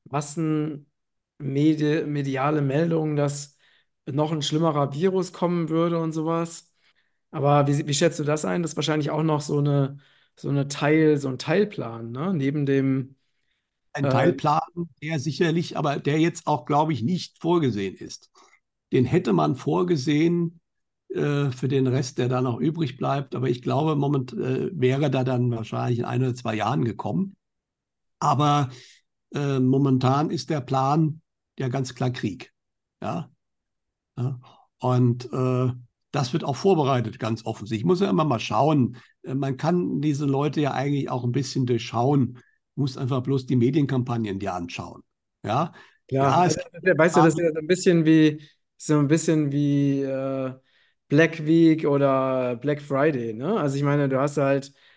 massenmediale Meldungen, dass noch ein schlimmerer Virus kommen würde und sowas. Aber wie, wie schätzt du das ein? Das ist wahrscheinlich auch noch so eine, so eine Teil, so ein Teilplan, ne? Neben dem, ein äh, Teilplan, der sicherlich, aber der jetzt auch, glaube ich, nicht vorgesehen ist. Den hätte man vorgesehen äh, für den Rest, der da noch übrig bleibt. Aber ich glaube, moment äh, wäre da dann wahrscheinlich in ein oder zwei Jahren gekommen. Aber äh, momentan ist der Plan ja ganz klar Krieg. Ja, ja. Und äh, das wird auch vorbereitet, ganz offensichtlich. Ich muss ja immer mal schauen. Äh, Man kann diese Leute ja eigentlich auch ein bisschen durchschauen. Muss einfach bloß die Medienkampagnen dir anschauen. Ja, klar, ja, also, es gibt äh, weißt du, das ist ja so ein bisschen wie, so ein bisschen wie äh, Black Week oder Black Friday, ne? Also ich meine, du hast halt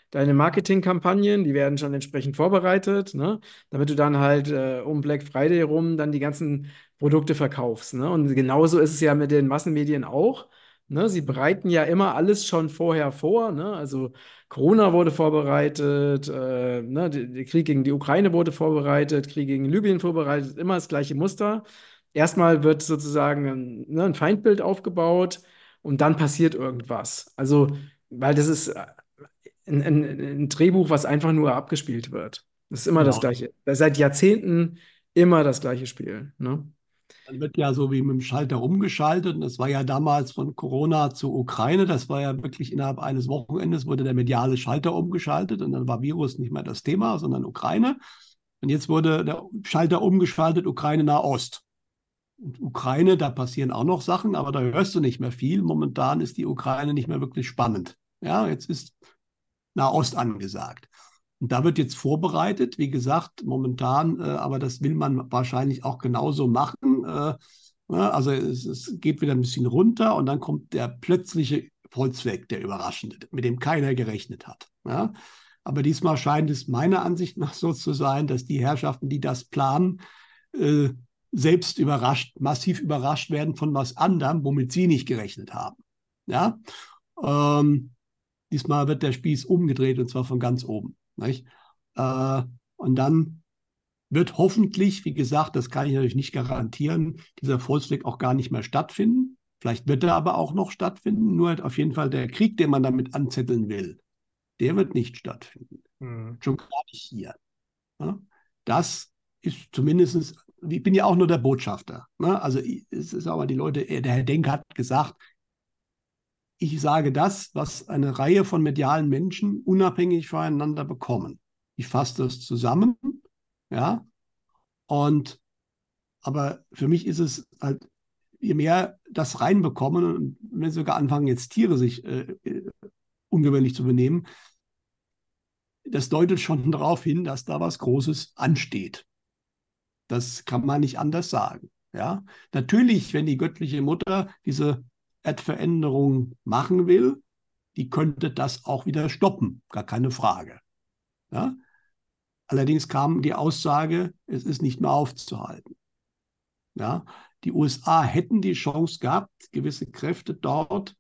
deine Marketingkampagnen, die werden schon entsprechend vorbereitet, ne? Damit du dann halt äh, um Black Friday rum dann die ganzen Produkte verkaufst, ne? Und genauso ist es ja mit den Massenmedien auch. Ne? Sie bereiten ja immer alles schon vorher vor. Ne? Also Corona wurde vorbereitet, äh, ne? Der der Krieg gegen die Ukraine wurde vorbereitet, Krieg gegen Libyen vorbereitet, immer das gleiche Muster. Erstmal wird sozusagen ein, ne, ein Feindbild aufgebaut und dann passiert irgendwas. Also, weil das ist äh, ein, ein, ein Drehbuch, was einfach nur abgespielt wird. Das ist immer das Genau. Gleiche. Seit Jahrzehnten immer das gleiche Spiel. Ne? Dann wird ja so wie mit dem Schalter umgeschaltet. Und das war ja damals von Corona zur Ukraine. Das war ja wirklich innerhalb eines Wochenendes wurde der mediale Schalter umgeschaltet und dann war Virus nicht mehr das Thema, sondern Ukraine. Und jetzt wurde der Schalter umgeschaltet, Ukraine Nahost. Und Ukraine, da passieren auch noch Sachen, aber da hörst du nicht mehr viel. Momentan ist die Ukraine nicht mehr wirklich spannend. Ja, jetzt ist Nahost angesagt. Und da wird jetzt vorbereitet, wie gesagt, momentan, äh, aber das will man wahrscheinlich auch genauso machen. Äh, ne, also es, es geht wieder ein bisschen runter und dann kommt der plötzliche Volksweg, der überraschende, mit dem keiner gerechnet hat. Ja? Aber diesmal scheint es meiner Ansicht nach so zu sein, dass die Herrschaften, die das planen, äh, selbst überrascht, massiv überrascht werden von was anderem, womit sie nicht gerechnet haben. Ja? Ähm, Diesmal wird der Spieß umgedreht und zwar von ganz oben. Nicht? Äh, und dann wird hoffentlich, wie gesagt, das kann ich natürlich nicht garantieren, dieser Volksweg auch gar nicht mehr stattfinden. Vielleicht wird er aber auch noch stattfinden, nur auf jeden Fall der Krieg, den man damit anzetteln will, der wird nicht stattfinden. Mhm. Schon gar nicht hier. Ja? Das ist zumindest, ich bin ja auch nur der Botschafter. Ne? Also es ist aber die Leute, der Herr Denk hat gesagt, ich sage das, was eine Reihe von medialen Menschen unabhängig voneinander bekommen. Ich fasse das zusammen, ja, und aber für mich ist es halt, je mehr das reinbekommen und wenn sogar anfangen, jetzt Tiere sich äh, ungewöhnlich zu benehmen, das deutet schon darauf hin, dass da was Großes ansteht. Das kann man nicht anders sagen. Ja? Natürlich, wenn die göttliche Mutter diese Erdveränderung machen will, die könnte das auch wieder stoppen, gar keine Frage. Ja? Allerdings kam die Aussage, es ist nicht mehr aufzuhalten. Ja? Die U S A hätten die Chance gehabt, gewisse Kräfte dort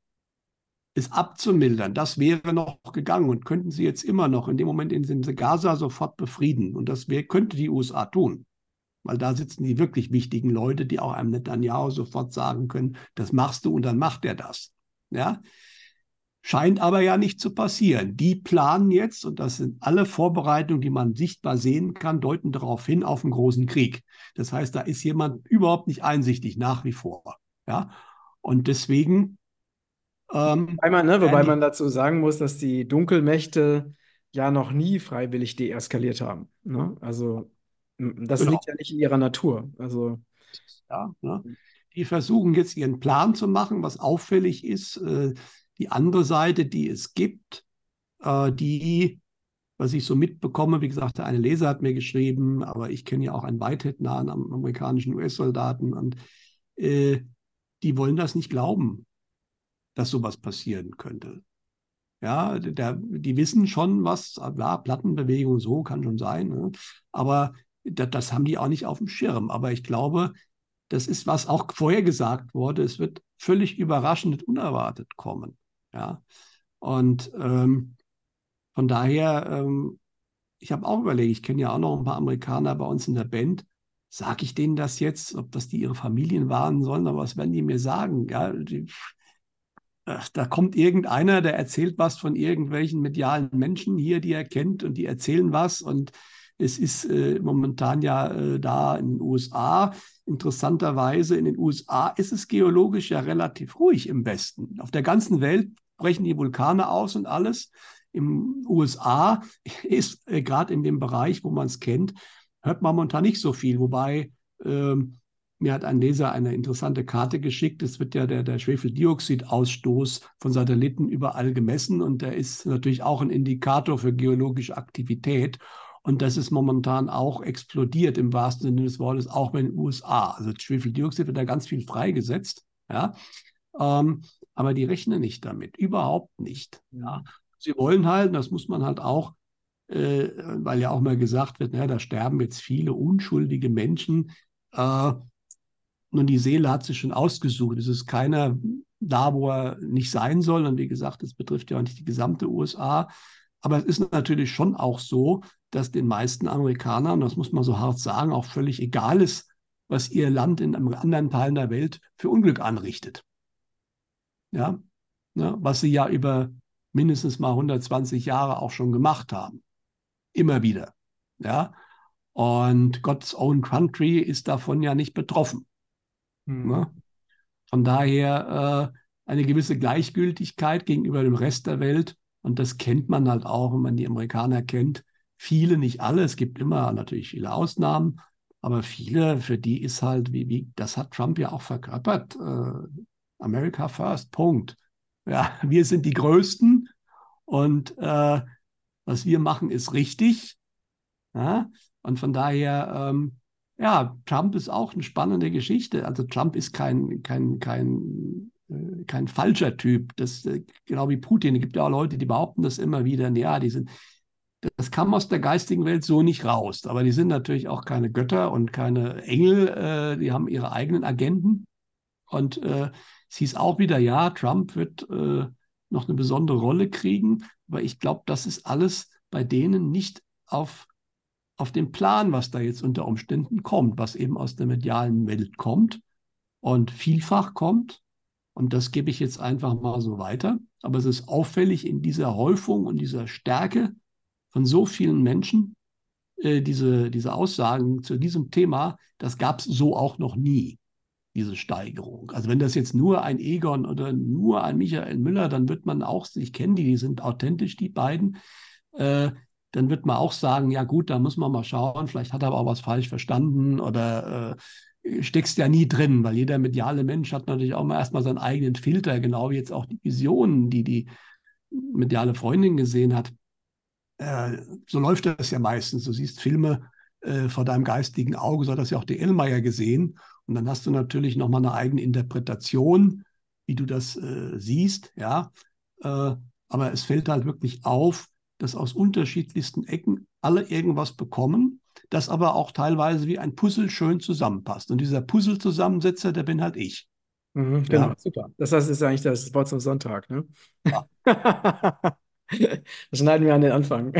es abzumildern. Das wäre noch gegangen und könnten sie jetzt immer noch in dem Moment, in dem sie Gaza sofort befrieden. Und das wär, könnte die U S A tun. Weil da sitzen die wirklich wichtigen Leute, die auch einem Netanyahu sofort sagen können, das machst du und dann macht er das. Ja? Scheint aber ja nicht zu passieren. Die planen jetzt, und das sind alle Vorbereitungen, die man sichtbar sehen kann, deuten darauf hin auf einen großen Krieg. Das heißt, da ist jemand überhaupt nicht einsichtig, nach wie vor. Ja? Und deswegen ähm, Wobei man, ne, werden wobei die, man dazu sagen muss, dass die Dunkelmächte ja noch nie freiwillig deeskaliert haben. Ne? Also m- das liegt genau, ja nicht in ihrer Natur. Also ja, ne? Die versuchen jetzt ihren Plan zu machen, was auffällig ist. Äh, die andere Seite, die es gibt, äh, die was ich so mitbekomme, wie gesagt, der eine Leser hat mir geschrieben, aber ich kenne ja auch einen weithittnahen amerikanischen U S-Soldaten und äh, die wollen das nicht glauben, dass sowas passieren könnte. Ja, der, die wissen schon, was, ja, Plattenbewegung, so kann schon sein, ne? Aber das, das haben die auch nicht auf dem Schirm. Aber ich glaube, das ist, was auch vorher gesagt wurde, es wird völlig überraschend und unerwartet kommen. Ja, und ähm, von daher ähm, ich habe auch überlegt, ich kenne ja auch noch ein paar Amerikaner bei uns in der Band. Sage ich denen das jetzt, ob das die ihre Familien warnen sollen, aber was werden die mir sagen? Ja, die, ach, da kommt irgendeiner, der erzählt was von irgendwelchen medialen Menschen hier, die er kennt und die erzählen was und es ist äh, momentan ja äh, da in den U S A. Interessanterweise in den U S A ist es geologisch ja relativ ruhig im Westen. Auf der ganzen Welt brechen die Vulkane aus und alles. Im U S A ist äh, gerade in dem Bereich, wo man es kennt, hört man momentan nicht so viel. Wobei ähm, mir hat ein Leser eine interessante Karte geschickt. Es wird ja der, der Schwefeldioxidausstoß von Satelliten überall gemessen und der ist natürlich auch ein Indikator für geologische Aktivität. Und das ist momentan auch explodiert im wahrsten Sinne des Wortes, auch in den U S A. Also Schwefeldioxid wird da ganz viel freigesetzt, ja. Ähm, aber die rechnen nicht damit, überhaupt nicht. Ja. sie wollen halt, das muss man halt auch, äh, weil ja auch mal gesagt wird, naja, da sterben jetzt viele unschuldige Menschen. Äh, Nun, die Seele hat sich schon ausgesucht. Es ist keiner da, wo er nicht sein soll. Und wie gesagt, das betrifft ja auch nicht die gesamte U S A. Aber es ist natürlich schon auch so, dass den meisten Amerikanern, das muss man so hart sagen, auch völlig egal ist, was ihr Land in einem anderen Teil der Welt für Unglück anrichtet. Ja? Ja, was sie ja über mindestens mal hundertzwanzig Jahre auch schon gemacht haben. Immer wieder. Ja? Und God's Own Country ist davon ja nicht betroffen. Mhm. Ne? Von daher äh, eine gewisse Gleichgültigkeit gegenüber dem Rest der Welt. Und das kennt man halt auch, wenn man die Amerikaner kennt. Viele, nicht alle. Es gibt immer natürlich viele Ausnahmen. Aber viele, für die ist halt, wie, wie das hat Trump ja auch verkörpert, äh, America first, Punkt. Ja, wir sind die Größten und äh, was wir machen, ist richtig. Ja? Und von daher, ähm, ja, Trump ist auch eine spannende Geschichte. Also Trump ist kein, kein, kein, äh, kein falscher Typ. Das, äh, genau wie Putin. Es gibt ja auch Leute, die behaupten das immer wieder. Ja, die sind, das kam aus der geistigen Welt so nicht raus. Aber die sind natürlich auch keine Götter und keine Engel. Äh, die haben ihre eigenen Agenten. Und äh, es hieß auch wieder, ja, Trump wird äh, noch eine besondere Rolle kriegen. Aber ich glaube, das ist alles bei denen nicht auf auf den Plan, was da jetzt unter Umständen kommt, was eben aus der medialen Welt kommt und vielfach kommt. Und das gebe ich jetzt einfach mal so weiter. Aber es ist auffällig in dieser Häufung und dieser Stärke von so vielen Menschen, äh, diese, diese Aussagen zu diesem Thema, das gab es so auch noch nie, diese Steigerung. Also wenn das jetzt nur ein Egon oder nur ein Michael Müller, dann wird man auch, ich kenne die, die sind authentisch, die beiden, äh, dann wird man auch sagen, ja gut, da muss man mal schauen, vielleicht hat er aber auch was falsch verstanden oder äh, steckst ja nie drin, weil jeder mediale Mensch hat natürlich auch mal erstmal seinen eigenen Filter, genau wie jetzt auch die Visionen, die die mediale Freundin gesehen hat. Äh, so läuft das ja meistens. Du siehst Filme äh, vor deinem geistigen Auge, so hat das ja auch die Ellmeier gesehen. Und dann hast du natürlich nochmal eine eigene Interpretation, wie du das äh, siehst, ja. Äh, aber es fällt halt wirklich auf, dass aus unterschiedlichsten Ecken alle irgendwas bekommen, das aber auch teilweise wie ein Puzzle schön zusammenpasst. Und dieser Puzzle-Zusammensetzer, der bin halt ich. Mhm, genau, Ja. super. Das heißt, ist eigentlich das Wort zum Sonntag, ne? Ja. Das schneiden wir an den Anfang.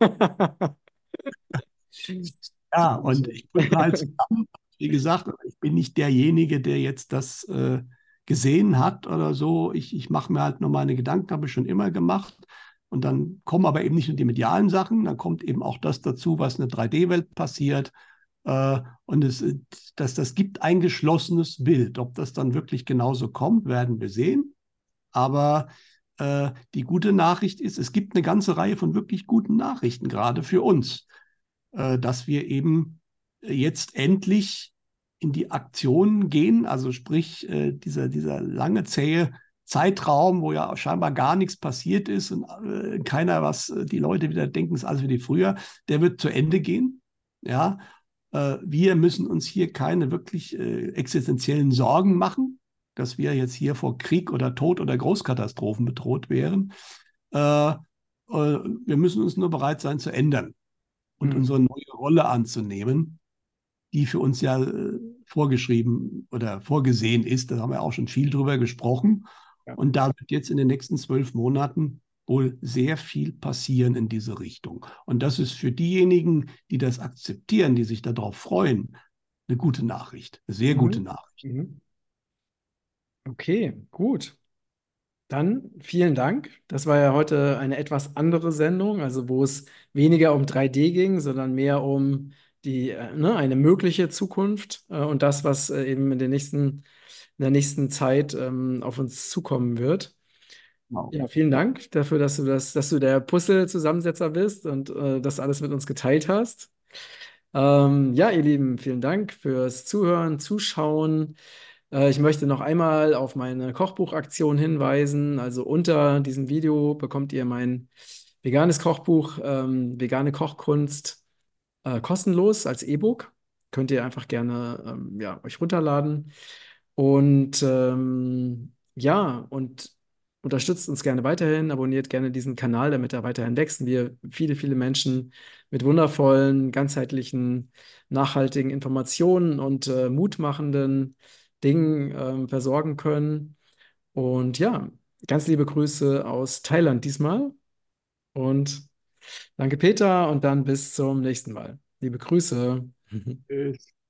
Ja, Sehr und schön. ich puzzle halt zusammen. Wie gesagt, ich bin nicht derjenige, der jetzt das äh, gesehen hat oder so. Ich, ich mache mir halt nur meine Gedanken, habe ich schon immer gemacht. Und dann kommen aber eben nicht nur die medialen Sachen, dann kommt eben auch das dazu, was in der drei D-Welt passiert. Äh, und es, das, das gibt ein geschlossenes Bild. Ob das dann wirklich genauso kommt, werden wir sehen. Aber äh, die gute Nachricht ist, es gibt eine ganze Reihe von wirklich guten Nachrichten, gerade für uns, äh, dass wir eben jetzt endlich in die Aktion gehen, also sprich äh, dieser, dieser lange, zähe Zeitraum, wo ja scheinbar gar nichts passiert ist und äh, keiner was, äh, die Leute wieder denken, es ist alles wie früher, der wird zu Ende gehen. Ja, äh, wir müssen uns hier keine wirklich äh, existenziellen Sorgen machen, dass wir jetzt hier vor Krieg oder Tod oder Großkatastrophen bedroht wären. Äh, äh, wir müssen uns nur bereit sein zu ändern und Mhm. unsere neue Rolle anzunehmen, die für uns ja äh, vorgeschrieben oder vorgesehen ist. Da haben wir auch schon viel drüber gesprochen. Ja. Und da wird jetzt in den nächsten zwölf Monaten wohl sehr viel passieren in diese Richtung. Und das ist für diejenigen, die das akzeptieren, die sich darauf freuen, eine gute Nachricht, eine sehr gute Mhm. Nachricht. Mhm. Okay, gut. Dann vielen Dank. Das war ja heute eine etwas andere Sendung, also wo es weniger um drei D ging, sondern mehr um die, äh, ne, eine mögliche Zukunft äh, und das, was äh, eben in den nächsten, in der nächsten Zeit ähm, auf uns zukommen wird. Genau. Ja, vielen Dank dafür, dass du das, dass du der Puzzle-Zusammensetzer bist und äh, das alles mit uns geteilt hast. Ähm, ja, ihr Lieben, vielen Dank fürs Zuhören, Zuschauen. Äh, ich möchte noch einmal auf meine Kochbuchaktion hinweisen. Also unter diesem Video bekommt ihr mein veganes Kochbuch, ähm, vegane Kochkunst, äh, kostenlos als E-Book. Könnt ihr einfach gerne ähm, ja, euch runterladen. Und ähm, ja, und unterstützt uns gerne weiterhin, abonniert gerne diesen Kanal, damit er weiterhin wächst und wir viele, viele Menschen mit wundervollen, ganzheitlichen, nachhaltigen Informationen und äh, mutmachenden Dingen ähm, versorgen können. Und ja, ganz liebe Grüße aus Thailand diesmal und danke Peter und dann bis zum nächsten Mal. Liebe Grüße. Tschüss.